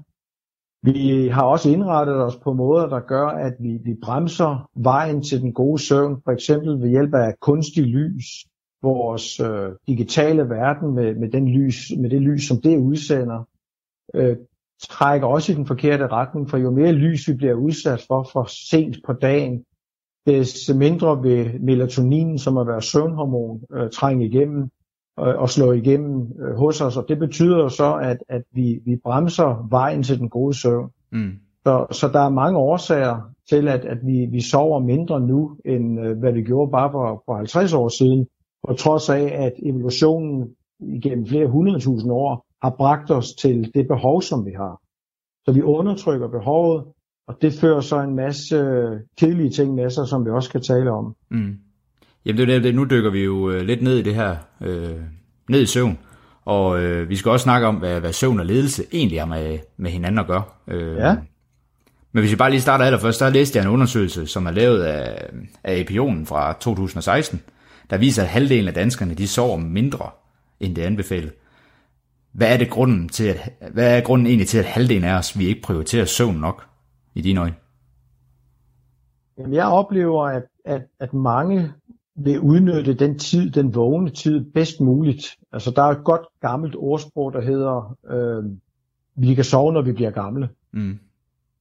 Vi har også indrettet os på måder, der gør, at vi bremser vejen til den gode søvn, for eksempel ved hjælp af kunstig lys. Vores digitale verden med det lys, som det udsender, trækker også i den forkerte retning, for jo mere lys vi bliver udsat for sent på dagen, des mindre vil melatonin, som er vores søvnhormon, trænge igennem og slå igennem hos os, og det betyder så, at vi bremser vejen til den gode søvn. Så der er mange årsager til, at vi sover mindre nu, end hvad vi gjorde bare for 50 år siden, på trods af, at evolutionen igennem flere 100.000 år har bragt os til det behov, som vi har. Så vi undertrykker behovet, og det fører så en masse kedelige ting med sig, som vi også kan tale om. Jamen det, nu dykker vi jo lidt ned i det her, ned i søvn, og vi skal også snakke om, hvad søvn og ledelse egentlig har med hinanden at gøre. Ja. Men hvis vi bare lige starter allerførst, så læste jeg en undersøgelse, som er lavet af Epionen fra 2016, der viser, at halvdelen af danskerne, de sover mindre, end det anbefalet. Hvad er grunden egentlig til, at halvdelen af os, vi ikke prioriterer søvn nok, i dine øjne? Jamen, jeg oplever, at mange vil udnytte den vågne tid bedst muligt. Altså, der er et godt gammelt ordsprog, der hedder, vi kan sove, når vi bliver gamle.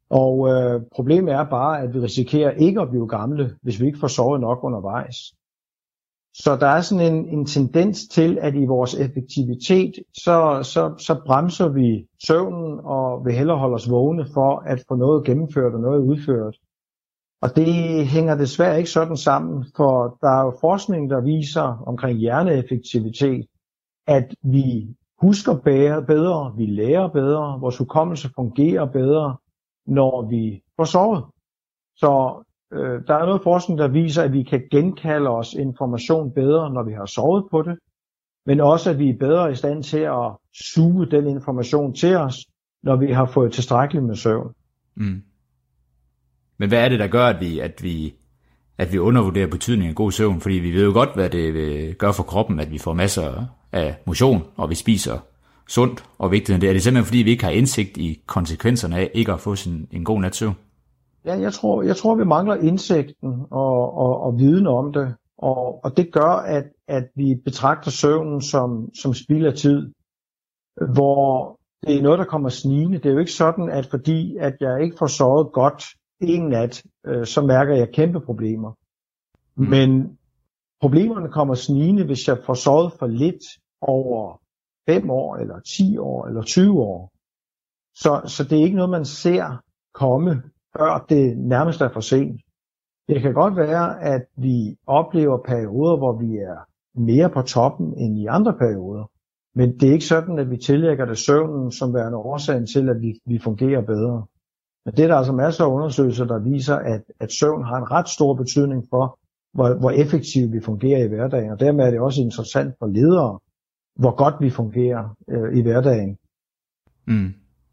Og problemet er bare, at vi risikerer ikke at blive gamle, hvis vi ikke får sovet nok undervejs. Så der er sådan en tendens til, at i vores effektivitet, så bremser vi søvnen og vil hellere holde os vågne for at få noget gennemført og noget udført. Og det hænger desværre ikke sådan sammen, for der er jo forskning, der viser omkring hjerneeffektivitet, at vi husker bedre, vi lærer bedre, vores hukommelse fungerer bedre, når vi får sovet. Så der er noget forskning, der viser, at vi kan genkalde os information bedre, når vi har sovet på det, men også, at vi er bedre i stand til at suge den information til os, når vi har fået tilstrækkeligt med søvn. Mm. Men hvad er det, der gør, at vi undervurderer betydningen af god søvn? Fordi vi ved jo godt, hvad det gør for kroppen, at vi får masser af motion, og vi spiser sundt og vigtigt. Er det simpelthen, fordi vi ikke har indsigt i konsekvenserne af ikke at få en god nats søvn? Ja, jeg tror, vi mangler indsigten og viden om det. Og det gør, at vi betragter søvnen som spild af tid, hvor det er noget, der kommer snigende. Det er jo ikke sådan, at fordi at jeg ikke får sovet godt en nat, så mærker jeg kæmpe problemer. Men problemerne kommer snigende, hvis jeg får sovet for lidt over 5 år, eller 10 år, eller 20 år. Så det er ikke noget, man ser komme, før det nærmest er for sent. Det kan godt være, at vi oplever perioder, hvor vi er mere på toppen end i andre perioder. Men det er ikke sådan, at vi tillægger det søvnen som værende årsagen til, at vi fungerer bedre. Men det er der altså masser af undersøgelser, der viser, at søvn har en ret stor betydning for, hvor effektivt vi fungerer i hverdagen. Og dermed er det også interessant for ledere, hvor godt vi fungerer i hverdagen. Mm.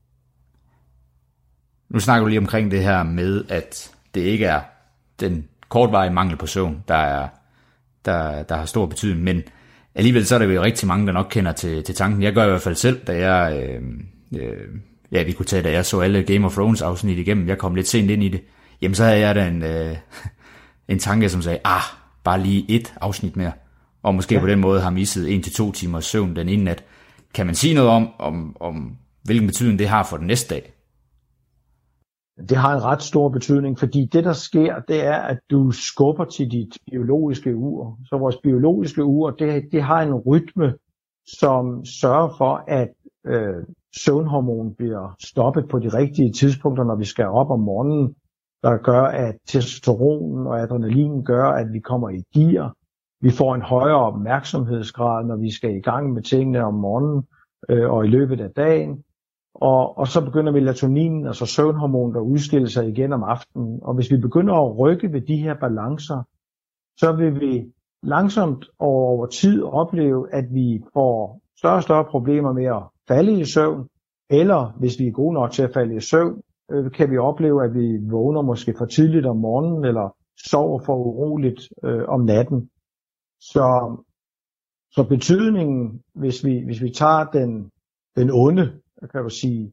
Nu snakker du lige omkring det her med, at det ikke er den kortvarige mangel på søvn, der har stor betydning, men alligevel så er der jo rigtig mange, der nok kender til tanken. Jeg gør i hvert fald selv, da vi kunne tage, da jeg så alle Game of Thrones afsnit igennem, jeg kom lidt sent ind i det, jamen så havde jeg da en tanke, som sagde, bare lige 1 afsnit mere, og måske på den måde har misset 1 til 2 timers søvn den ene nat. Kan man sige noget om hvilken betydning det har for den næste dag? Det har en ret stor betydning, fordi det der sker, det er, at du skubber til dit biologiske ur. Så vores biologiske ur, det har en rytme, som sørger for, at søvnhormon bliver stoppet på de rigtige tidspunkter, når vi skal op om morgenen, der gør, at testosteron og adrenalin gør, at vi kommer i gear. Vi får en højere opmærksomhedsgrad, når vi skal i gang med tingene om morgenen og i løbet af dagen. Og så begynder melatoninen, altså søvnhormon, der udskiller sig igen om aftenen. Og hvis vi begynder at rykke ved de her balancer, så vil vi langsomt over tid opleve, at vi får større og større problemer med at falde i søvn. Eller hvis vi er gode nok til at falde i søvn, kan vi opleve, at vi vågner måske for tidligt om morgenen, eller sover for uroligt om natten. Så betydningen, hvis vi tager den onde, kan du sige,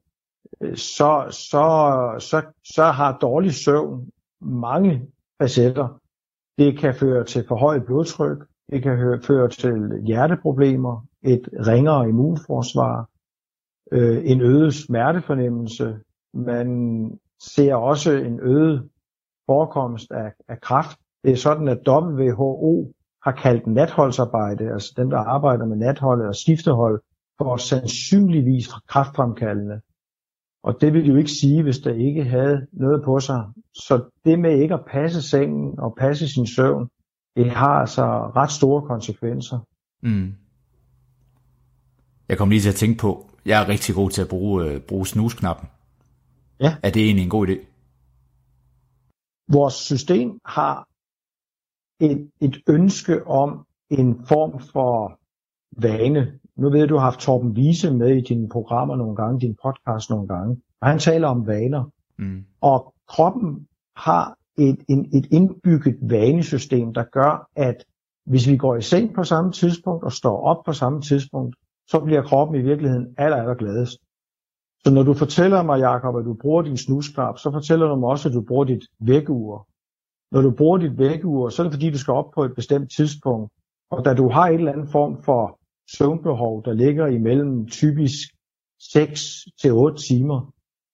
så har dårlig søvn mange facetter. Det kan føre til forhøjet blodtryk, det kan føre til hjerteproblemer, et ringere immunforsvar, en øget smertefornemmelse. Man ser også en øget forekomst af kræft. Det er sådan, at WHO har kaldt natholdsarbejde, altså dem, der arbejder med natholdet og skiftehold, for sandsynligvis kræftfremkaldende. Og det ville jo ikke sige, hvis der ikke havde noget på sig. Så det med ikke at passe sengen og passe sin søvn, det har altså ret store konsekvenser. Mm. Jeg kom lige til at tænke på, jeg er rigtig god til at bruge snusknappen. Ja. Er det egentlig en god idé? Vores system har et ønske om en form for vane. Nu ved du har haft Torben Wiese med i dine programmer nogle gange, din podcast nogle gange, og han taler om vaner. Mm. Og kroppen har et indbygget vanesystem, der gør, at hvis vi går i seng på samme tidspunkt og står op på samme tidspunkt, så bliver kroppen i virkeligheden aller gladest. Så når du fortæller mig, Jakob, at du bruger din snusknap, så fortæller du mig også, at du bruger dit vækkeur. Når du bruger dit vækkeur, så er det fordi, du skal op på et bestemt tidspunkt. Og da du har en eller anden form for søvnbehov, der ligger imellem typisk 6 til 8 timer,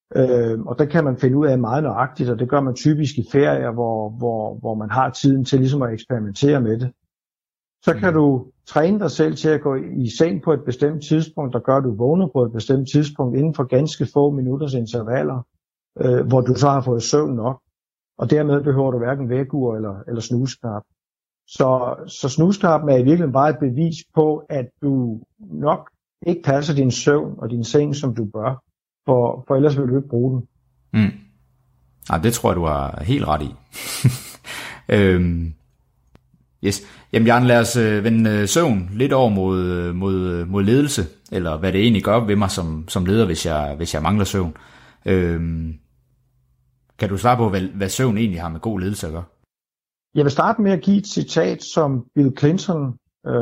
Og der kan man finde ud af meget nøjagtigt, og det gør man typisk i ferier, hvor man har tiden til ligesom at eksperimentere med det. Så kan du træne dig selv til at gå i seng på et bestemt tidspunkt, der gør, at du vågner på et bestemt tidspunkt inden for ganske få minutters intervaller, hvor du så har fået søvn nok. Og dermed behøver du hverken vækkeur eller snusknap. Så snusknappen er i virkeligheden bare et bevis på, at du nok ikke passer din søvn og din seng, som du bør. For ellers vil du ikke bruge den. Ja, det tror jeg, du har helt ret i. Yes. Jamen Jan, lad os vende søvn lidt over mod ledelse, eller hvad det egentlig gør ved mig som leder, hvis jeg mangler søvn. Kan du svare på, hvad søvn egentlig har med god ledelse at gøre? Jeg vil starte med at give et citat, som Bill Clinton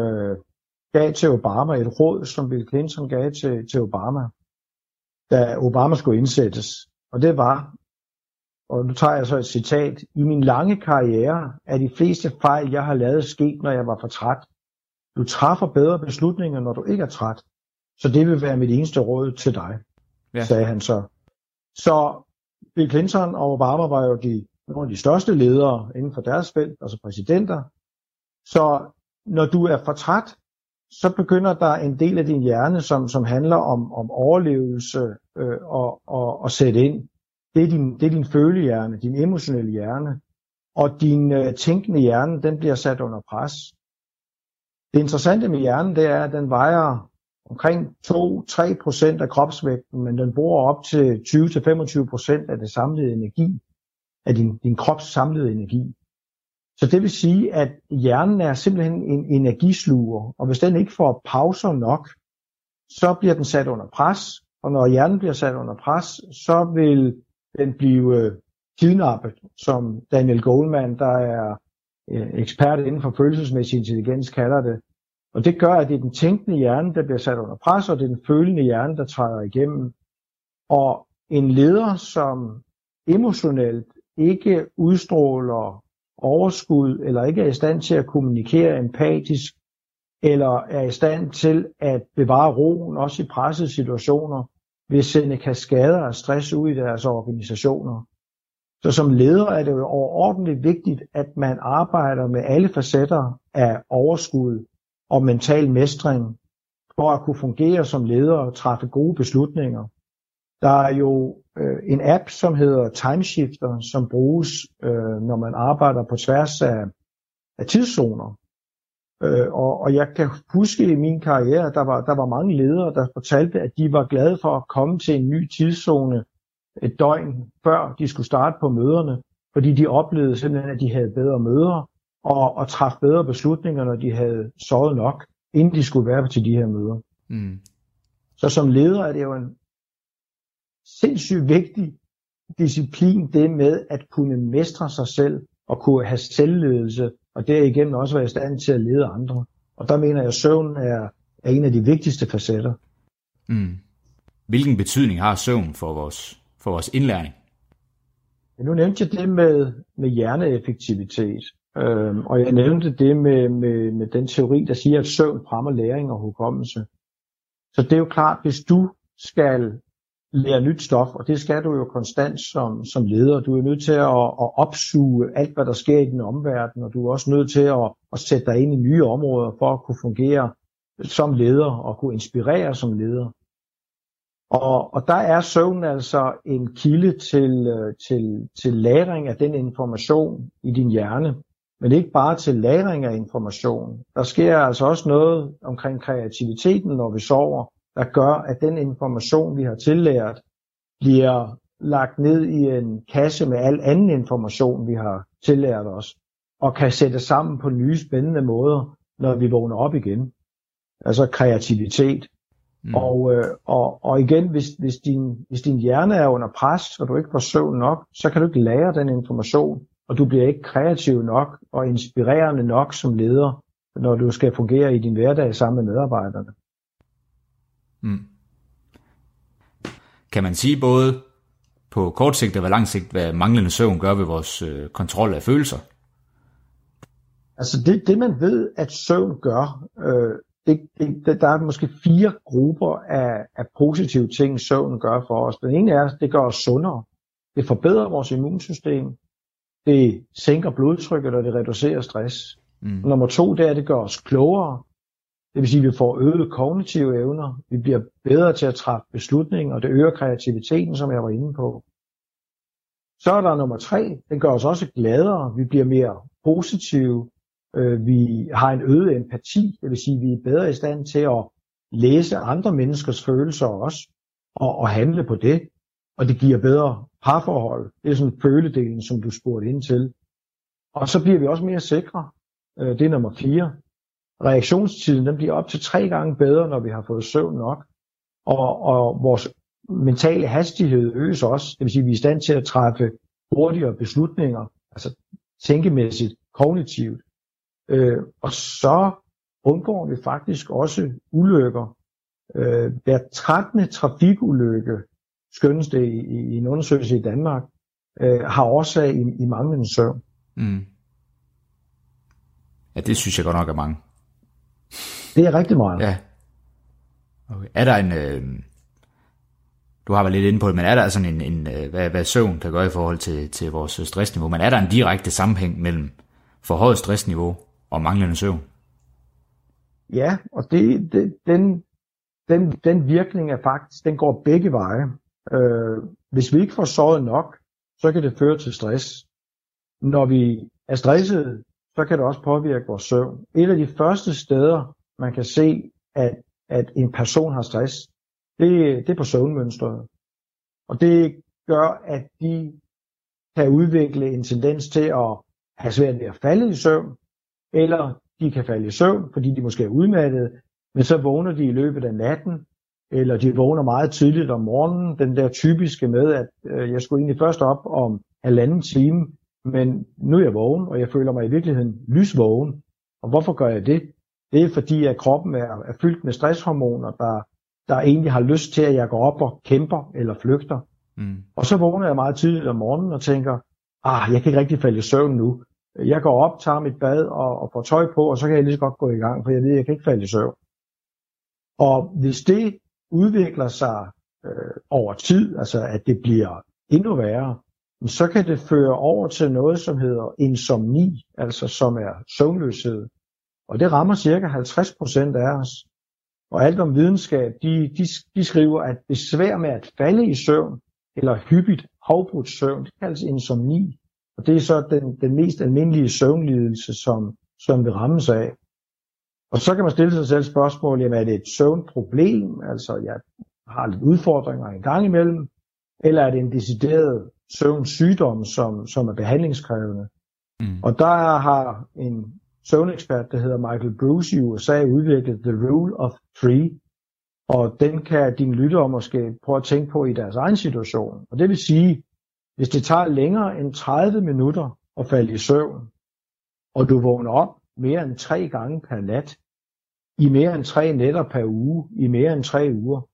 gav til Obama, et råd, som Bill Clinton gav til Obama, da Obama skulle indsættes. Og det var, og nu tager jeg så et citat, i min lange karriere er de fleste fejl, jeg har lavet, sket, når jeg var for træt. Du træffer bedre beslutninger, når du ikke er træt. Så det vil være mit eneste råd til dig, sagde han så. Så Bill Clinton og Obama var jo nogle af de største ledere inden for deres felt, altså præsidenter. Så når du er for træt, så begynder der en del af din hjerne, som handler om overlevelse og sætte ind. Det er din følehjerne, din emotionelle hjerne, og din tænkende hjerne, den bliver sat under pres. Det interessante med hjernen, det er, at den vejer omkring 2-3% af kropsvægten, men den bruger op til 20-25% af det samlede energi, af din krops samlede energi. Så det vil sige, at hjernen er simpelthen en energisluger, og hvis den ikke får pauser nok, så bliver den sat under pres, og når hjernen bliver sat under pres, så vil den blive kidnappet, som Daniel Goleman, der er ekspert inden for følelsesmæssig intelligens, kalder det. Og det gør, at det er den tænkende hjerne, der bliver sat under pres, og det er den følende hjerne, der træder igennem. Og en leder, som emotionelt ikke udstråler overskud, eller ikke er i stand til at kommunikere empatisk, eller er i stand til at bevare roen, også i pressede situationer, vil sende kaskader af stress ud i deres organisationer. Så som leder er det jo overordentligt vigtigt, at man arbejder med alle facetter af overskud og mental mestring, for at kunne fungere som leder og træffe gode beslutninger. Der er jo en app, som hedder Timeshifter, som bruges, når man arbejder på tværs af tidszoner. Og jeg kan huske i min karriere, der var mange ledere, der fortalte, at de var glade for at komme til en ny tidszone et døgn før de skulle starte på møderne, fordi de oplevede simpelthen, at de havde bedre møder og træffe bedre beslutninger, når de havde sovet nok, inden de skulle være til de her møder. Så som leder er det jo en sindssygt vigtig disciplin, det med at kunne mestre sig selv og kunne have selvledelse, og derigennem også være i stand til at lede andre. Og der mener jeg, at søvn er en af de vigtigste facetter. Hvilken betydning har søvn for vores indlæring? Ja, nu nævnte jeg det med hjerneeffektivitet, og jeg nævnte det med den teori, der siger, at søvn fremmer læring og hukommelse. Så det er jo klart, hvis du skal lære nyt stof, og det skal du jo konstant som leder. Du er nødt til at opsuge alt, hvad der sker i din omverden, og du er også nødt til at sætte dig ind i nye områder for at kunne fungere som leder og kunne inspirere som leder. Og der er søvn altså en kilde til lagring af den information i din hjerne, men ikke bare til lagring af information. Der sker altså også noget omkring kreativiteten, når vi sover, der gør, at den information, vi har tillært, bliver lagt ned i en kasse med al anden information, vi har tillært os, og kan sættes sammen på nye spændende måder, når vi vågner op igen. Altså kreativitet. Og igen, hvis din hjerne er under pres, og du ikke får søvn nok, så kan du ikke lære den information, og du bliver ikke kreativ nok og inspirerende nok som leder, når du skal fungere i din hverdag sammen med medarbejderne. Kan man sige både på kort sigt og på lang sigt, hvad manglende søvn gør ved vores kontrol af følelser? Altså det man ved, at søvn gør, der er måske 4 grupper af positive ting, søvn gør for os. Den ene er, at det gør os sundere. Det forbedrer vores immunsystem. Det sænker blodtrykket, og det reducerer stress. Nummer 2, det er, at det gør os klogere. Det vil sige, at vi får øgede kognitive evner. Vi bliver bedre til at træffe beslutninger, og det øger kreativiteten, som jeg var inde på. Så er der nummer 3, den gør os også gladere. Vi bliver mere positive. Vi har en øget empati, det vil sige, at vi er bedre i stand til at læse andre menneskers følelser også, og handle på det. Og det giver bedre parforhold. Det er sådan føledelen, som du spurgte ind til. Og så bliver vi også mere sikre. Det er nummer 4. Reaktionstiden den bliver op til 3 gange bedre, når vi har fået søvn nok. Og vores mentale hastighed øges også. Det vil sige, at vi er i stand til at træffe hurtigere beslutninger, altså tænkemæssigt, kognitivt. Og så undgår vi faktisk også ulykker. Hver 13. trafikulykke, skønnes det i en undersøgelse i Danmark, har årsag i manglende søvn. Ja, det synes jeg godt nok er mange. Det er rigtig meget. Ja. Okay. Er der en... Du har været lidt inde på det, men er der sådan hvad søvn kan gøre i forhold til vores stressniveau, men er der en direkte sammenhæng mellem forhøjet stressniveau og manglende søvn? Ja, og den virkning er faktisk, den går begge veje. Hvis vi ikke får sovet nok, så kan det føre til stress. Når vi er stressede, så kan det også påvirke vores søvn. Et af de første steder, man kan se, at en person har stress, det er på søvnmønstret. Og det gør, at de kan udvikle en tendens til at have svært ved at falde i søvn, eller de kan falde i søvn, fordi de måske er udmattede, men så vågner de i løbet af natten, eller de vågner meget tidligt om morgenen, den der typiske med, at jeg skulle egentlig først op om 1,5 time, men nu er jeg vågen, og jeg føler mig i virkeligheden lysvågen. Og hvorfor gør jeg det? Det er fordi, at kroppen er fyldt med stresshormoner, der egentlig har lyst til, at jeg går op og kæmper eller flygter. Og så vågner jeg meget tidligt om morgenen og tænker, jeg kan ikke rigtig falde i søvn nu. Jeg går op, tager mit bad og får tøj på, og så kan jeg lige så godt gå i gang, for jeg ved, at jeg kan ikke falde i søvn. Og hvis det udvikler sig over tid, altså at det bliver endnu værre, så kan det føre over til noget, som hedder insomni, altså som er søvnløshed. Og det rammer cirka 50% af os. Og alt om videnskab, de skriver, at besvær med at falde i søvn, eller hyppigt afbrudt søvn, det kaldes insomni. Og det er så den mest almindelige søvnlidelse, som vi rammes af. Og så kan man stille sig selv spørgsmål, jamen er det et søvnproblem, altså jeg har lidt udfordringer en gang imellem, eller er det en decideret søvnsygdom, som er behandlingskrævende. Og der har en søvnekspert, der hedder Michael Bruce i USA, udviklet The Rule of 3, og den kan dine lyttere måske prøve at tænke på i deres egen situation. Og det vil sige, hvis det tager længere end 30 minutter at falde i søvn, og du vågner op mere end 3 gange per nat, i mere end 3 nætter per uge, i mere end 3 uger,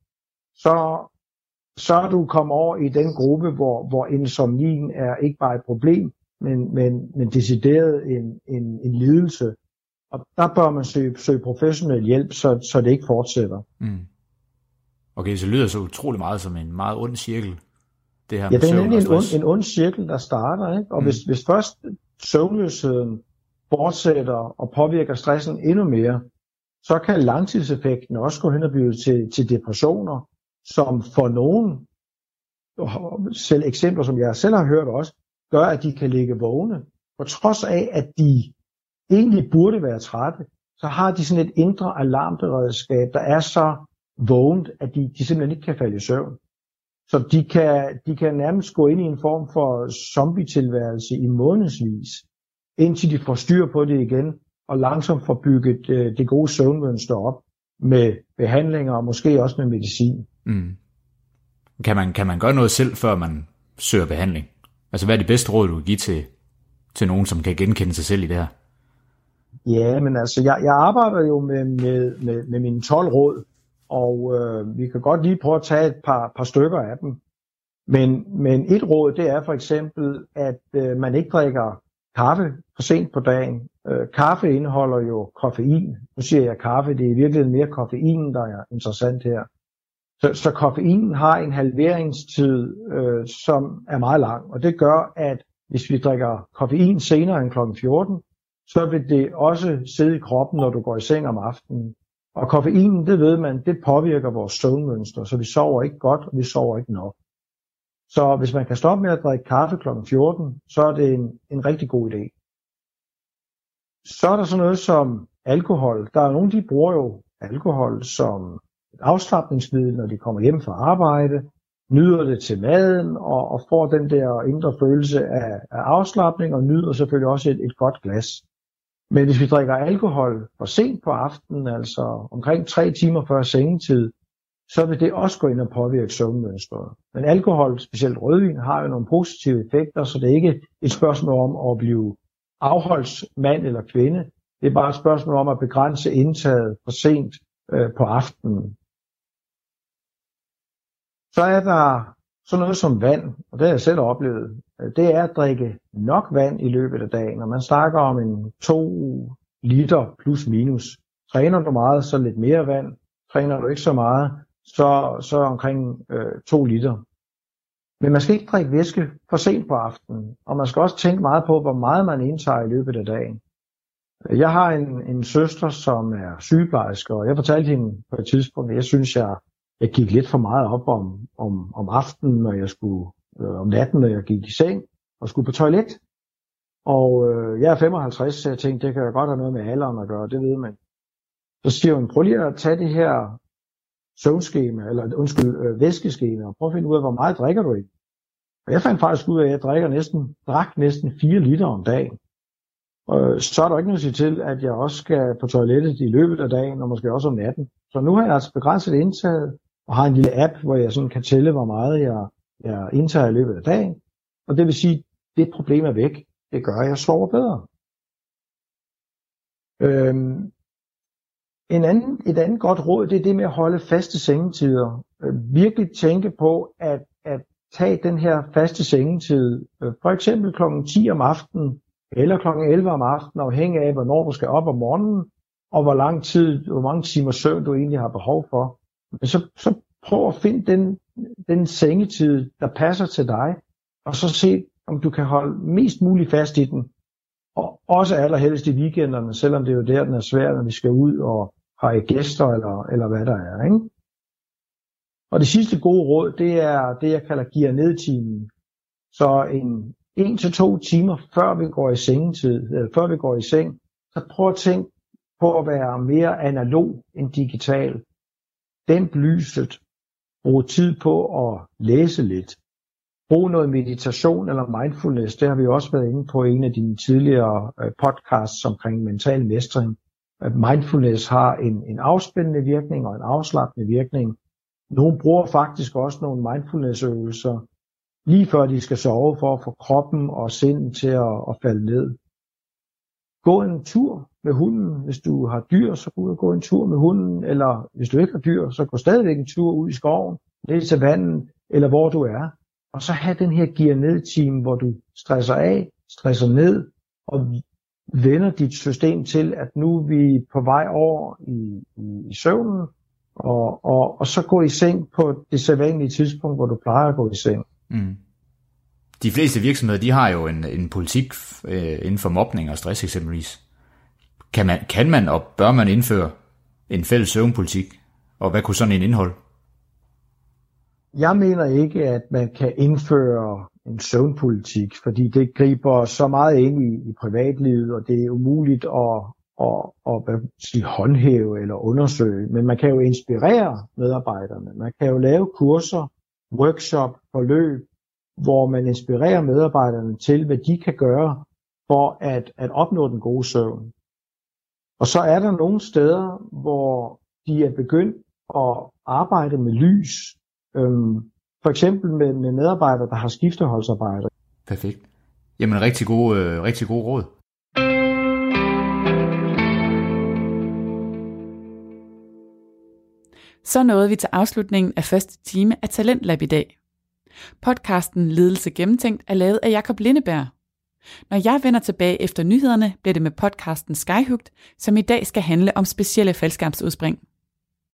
så er du kommet over i den gruppe, hvor insomnien er ikke bare et problem, men decideret en lidelse. Og der bør man søge professionel hjælp, så det ikke fortsætter. Okay, så lyder så utrolig meget som en meget ond cirkel. Det her ja, med det er søvn nemlig en ond cirkel, der starter. Ikke? Og hvis først søvnløsheden fortsætter og påvirker stressen endnu mere, så kan langtidseffekten også gå hen og blive til depressioner, som for nogen, selv eksempler som jeg selv har hørt også, gør, at de kan ligge vågne. På trods af, at de egentlig burde være trætte, så har de sådan et indre alarmberedskab, der er så vågent, at de simpelthen ikke kan falde i søvn. Så de kan nærmest gå ind i en form for zombie-tilværelse i månedsvis, indtil de får styr på det igen, og langsomt får bygget det gode søvnmønster op med behandlinger og måske også med medicin. Kan man gøre noget selv, før man søger behandling? Altså hvad er det bedste råd, du vil give til nogen, som kan genkende sig selv i det her? Ja, men altså jeg arbejder jo med mine 12 råd, og vi kan godt lige prøve at tage et par stykker af dem. Men et råd, det er for eksempel, at man ikke drikker kaffe for sent på dagen. Kaffe indeholder jo koffein. Nu siger jeg kaffe, det er i virkeligheden mere koffein, der er interessant her. Så koffeinen har en halveringstid, som er meget lang, og det gør, at hvis vi drikker koffein senere end kl. 14, så vil det også sidde i kroppen, når du går i seng om aftenen. Og koffeinen, det ved man, det påvirker vores søvnmønster, så vi sover ikke godt, og vi sover ikke nok. Så hvis man kan stoppe med at drikke kaffe kl. 14, så er det en rigtig god idé. Så er der sådan noget som alkohol. Der er nogen, de bruger jo alkohol som et afslapningsmiddel, når de kommer hjem fra arbejde, nyder det til maden og får den der indre følelse af afslapning og nyder selvfølgelig også et godt glas. Men hvis vi drikker alkohol for sent på aftenen, altså omkring 3 timer før sengetid, så vil det også gå ind og påvirke søvnmønstret. Men alkohol, specielt rødvin, har jo nogle positive effekter, så det er ikke et spørgsmål om at blive afholdsmand eller kvinde. Det er bare et spørgsmål om at begrænse indtaget for sent på aftenen. Så er der sådan noget som vand, og det har jeg selv oplevet. Det er at drikke nok vand i løbet af dagen. Når man snakker om en 2 liter plus minus. Træner du meget, så lidt mere vand. Træner du ikke så meget, så omkring 2 liter. Men man skal ikke drikke væske for sent på aftenen. Og man skal også tænke meget på, hvor meget man indtager i løbet af dagen. Jeg har en søster, som er sygeplejerske, og jeg fortalte hende på et tidspunkt, at jeg synes, jeg gik lidt for meget op om aftenen, når jeg skulle, om natten, når jeg gik i seng og skulle på toilet. Og jeg er 55, så jeg tænkte, det kan jo godt have noget med alderen at gøre, det ved man. Så siger hun, prøv lige at tage det her søvnskema, eller væskeskema, og prøv at finde ud af, hvor meget drikker du i. Og jeg fandt faktisk ud af, at jeg drak næsten 4 liter om dagen. Og så er der ikke noget at sige til, at jeg også skal på toilettet i løbet af dagen, og måske også om natten. Så nu har jeg altså begrænset indtaget, og har en lille app, hvor jeg sådan kan tælle, hvor meget jeg indtager i løbet af dagen. Og det vil sige, at det problem er væk. Det gør, at jeg sover bedre. Et andet godt råd, det er det med at holde faste sengetider. Virkelig tænke på at tage den her faste sengetid, for eksempel kl. 10 om aftenen, eller kl. 11 om aftenen, afhængig af, hvornår du skal op om morgenen, og hvor mange timer søvn du egentlig har behov for. Men så prøv at finde den sengetid, der passer til dig, og så se, om du kan holde mest muligt fast i den. Og også allerhelst i weekenderne, selvom det er jo der, den er svær, når vi skal ud og har gæster, eller hvad der er, ikke? Og det sidste gode råd, det er det, jeg kalder gear ned-timen. Så 1 til 2 timer før vi går i seng, så prøv at tænke på at være mere analog end digital. Dæmp lyset. Brug tid på at læse lidt. Brug noget meditation eller mindfulness. Det har vi også været inde på i en af dine tidligere podcasts omkring mental mestring. Mindfulness har en afspændende virkning og en afslappende virkning. Nogle bruger faktisk også nogle mindfulness-øvelser lige før de skal sove, for at få kroppen og sindet til at falde ned. Gå en tur med hunden. Hvis du har dyr, så gå en tur med hunden. Eller hvis du ikke har dyr, så gå stadigvæk en tur ud i skoven, ned til vandet, eller hvor du er. Og så have den her gear ned-time, hvor du stresser af, stresser ned, og vender dit system til, at nu er vi på vej over i søvnen, og så gå i seng på det sædvanlige tidspunkt, hvor du plejer at gå i seng. Mm. De fleste virksomheder, de har jo en politik inden for mobning og stress eksempelvis. Kan man og bør man indføre en fælles søvnpolitik? Og hvad kunne sådan en indhold? Jeg mener ikke, at man kan indføre en søvnpolitik, fordi det griber så meget ind i privatlivet, og det er umuligt at håndhæve eller undersøge. Men man kan jo inspirere medarbejderne. Man kan jo lave kurser, workshop, forløb, hvor man inspirerer medarbejderne til, hvad de kan gøre for at opnå den gode søvn. Og så er der nogle steder, hvor de er begyndt at arbejde med lys. For eksempel med medarbejdere, der har skifteholdsarbejde. Perfekt. Jamen rigtig gode råd. Så nåede vi til afslutningen af første time af Talentlab i dag. Podcasten Ledelse Gennemtænkt er lavet af Jakob Lindeberg. Når jeg vender tilbage efter nyhederne, bliver det med podcasten Skyhugt, som i dag skal handle om specielle faldskærmsudspring.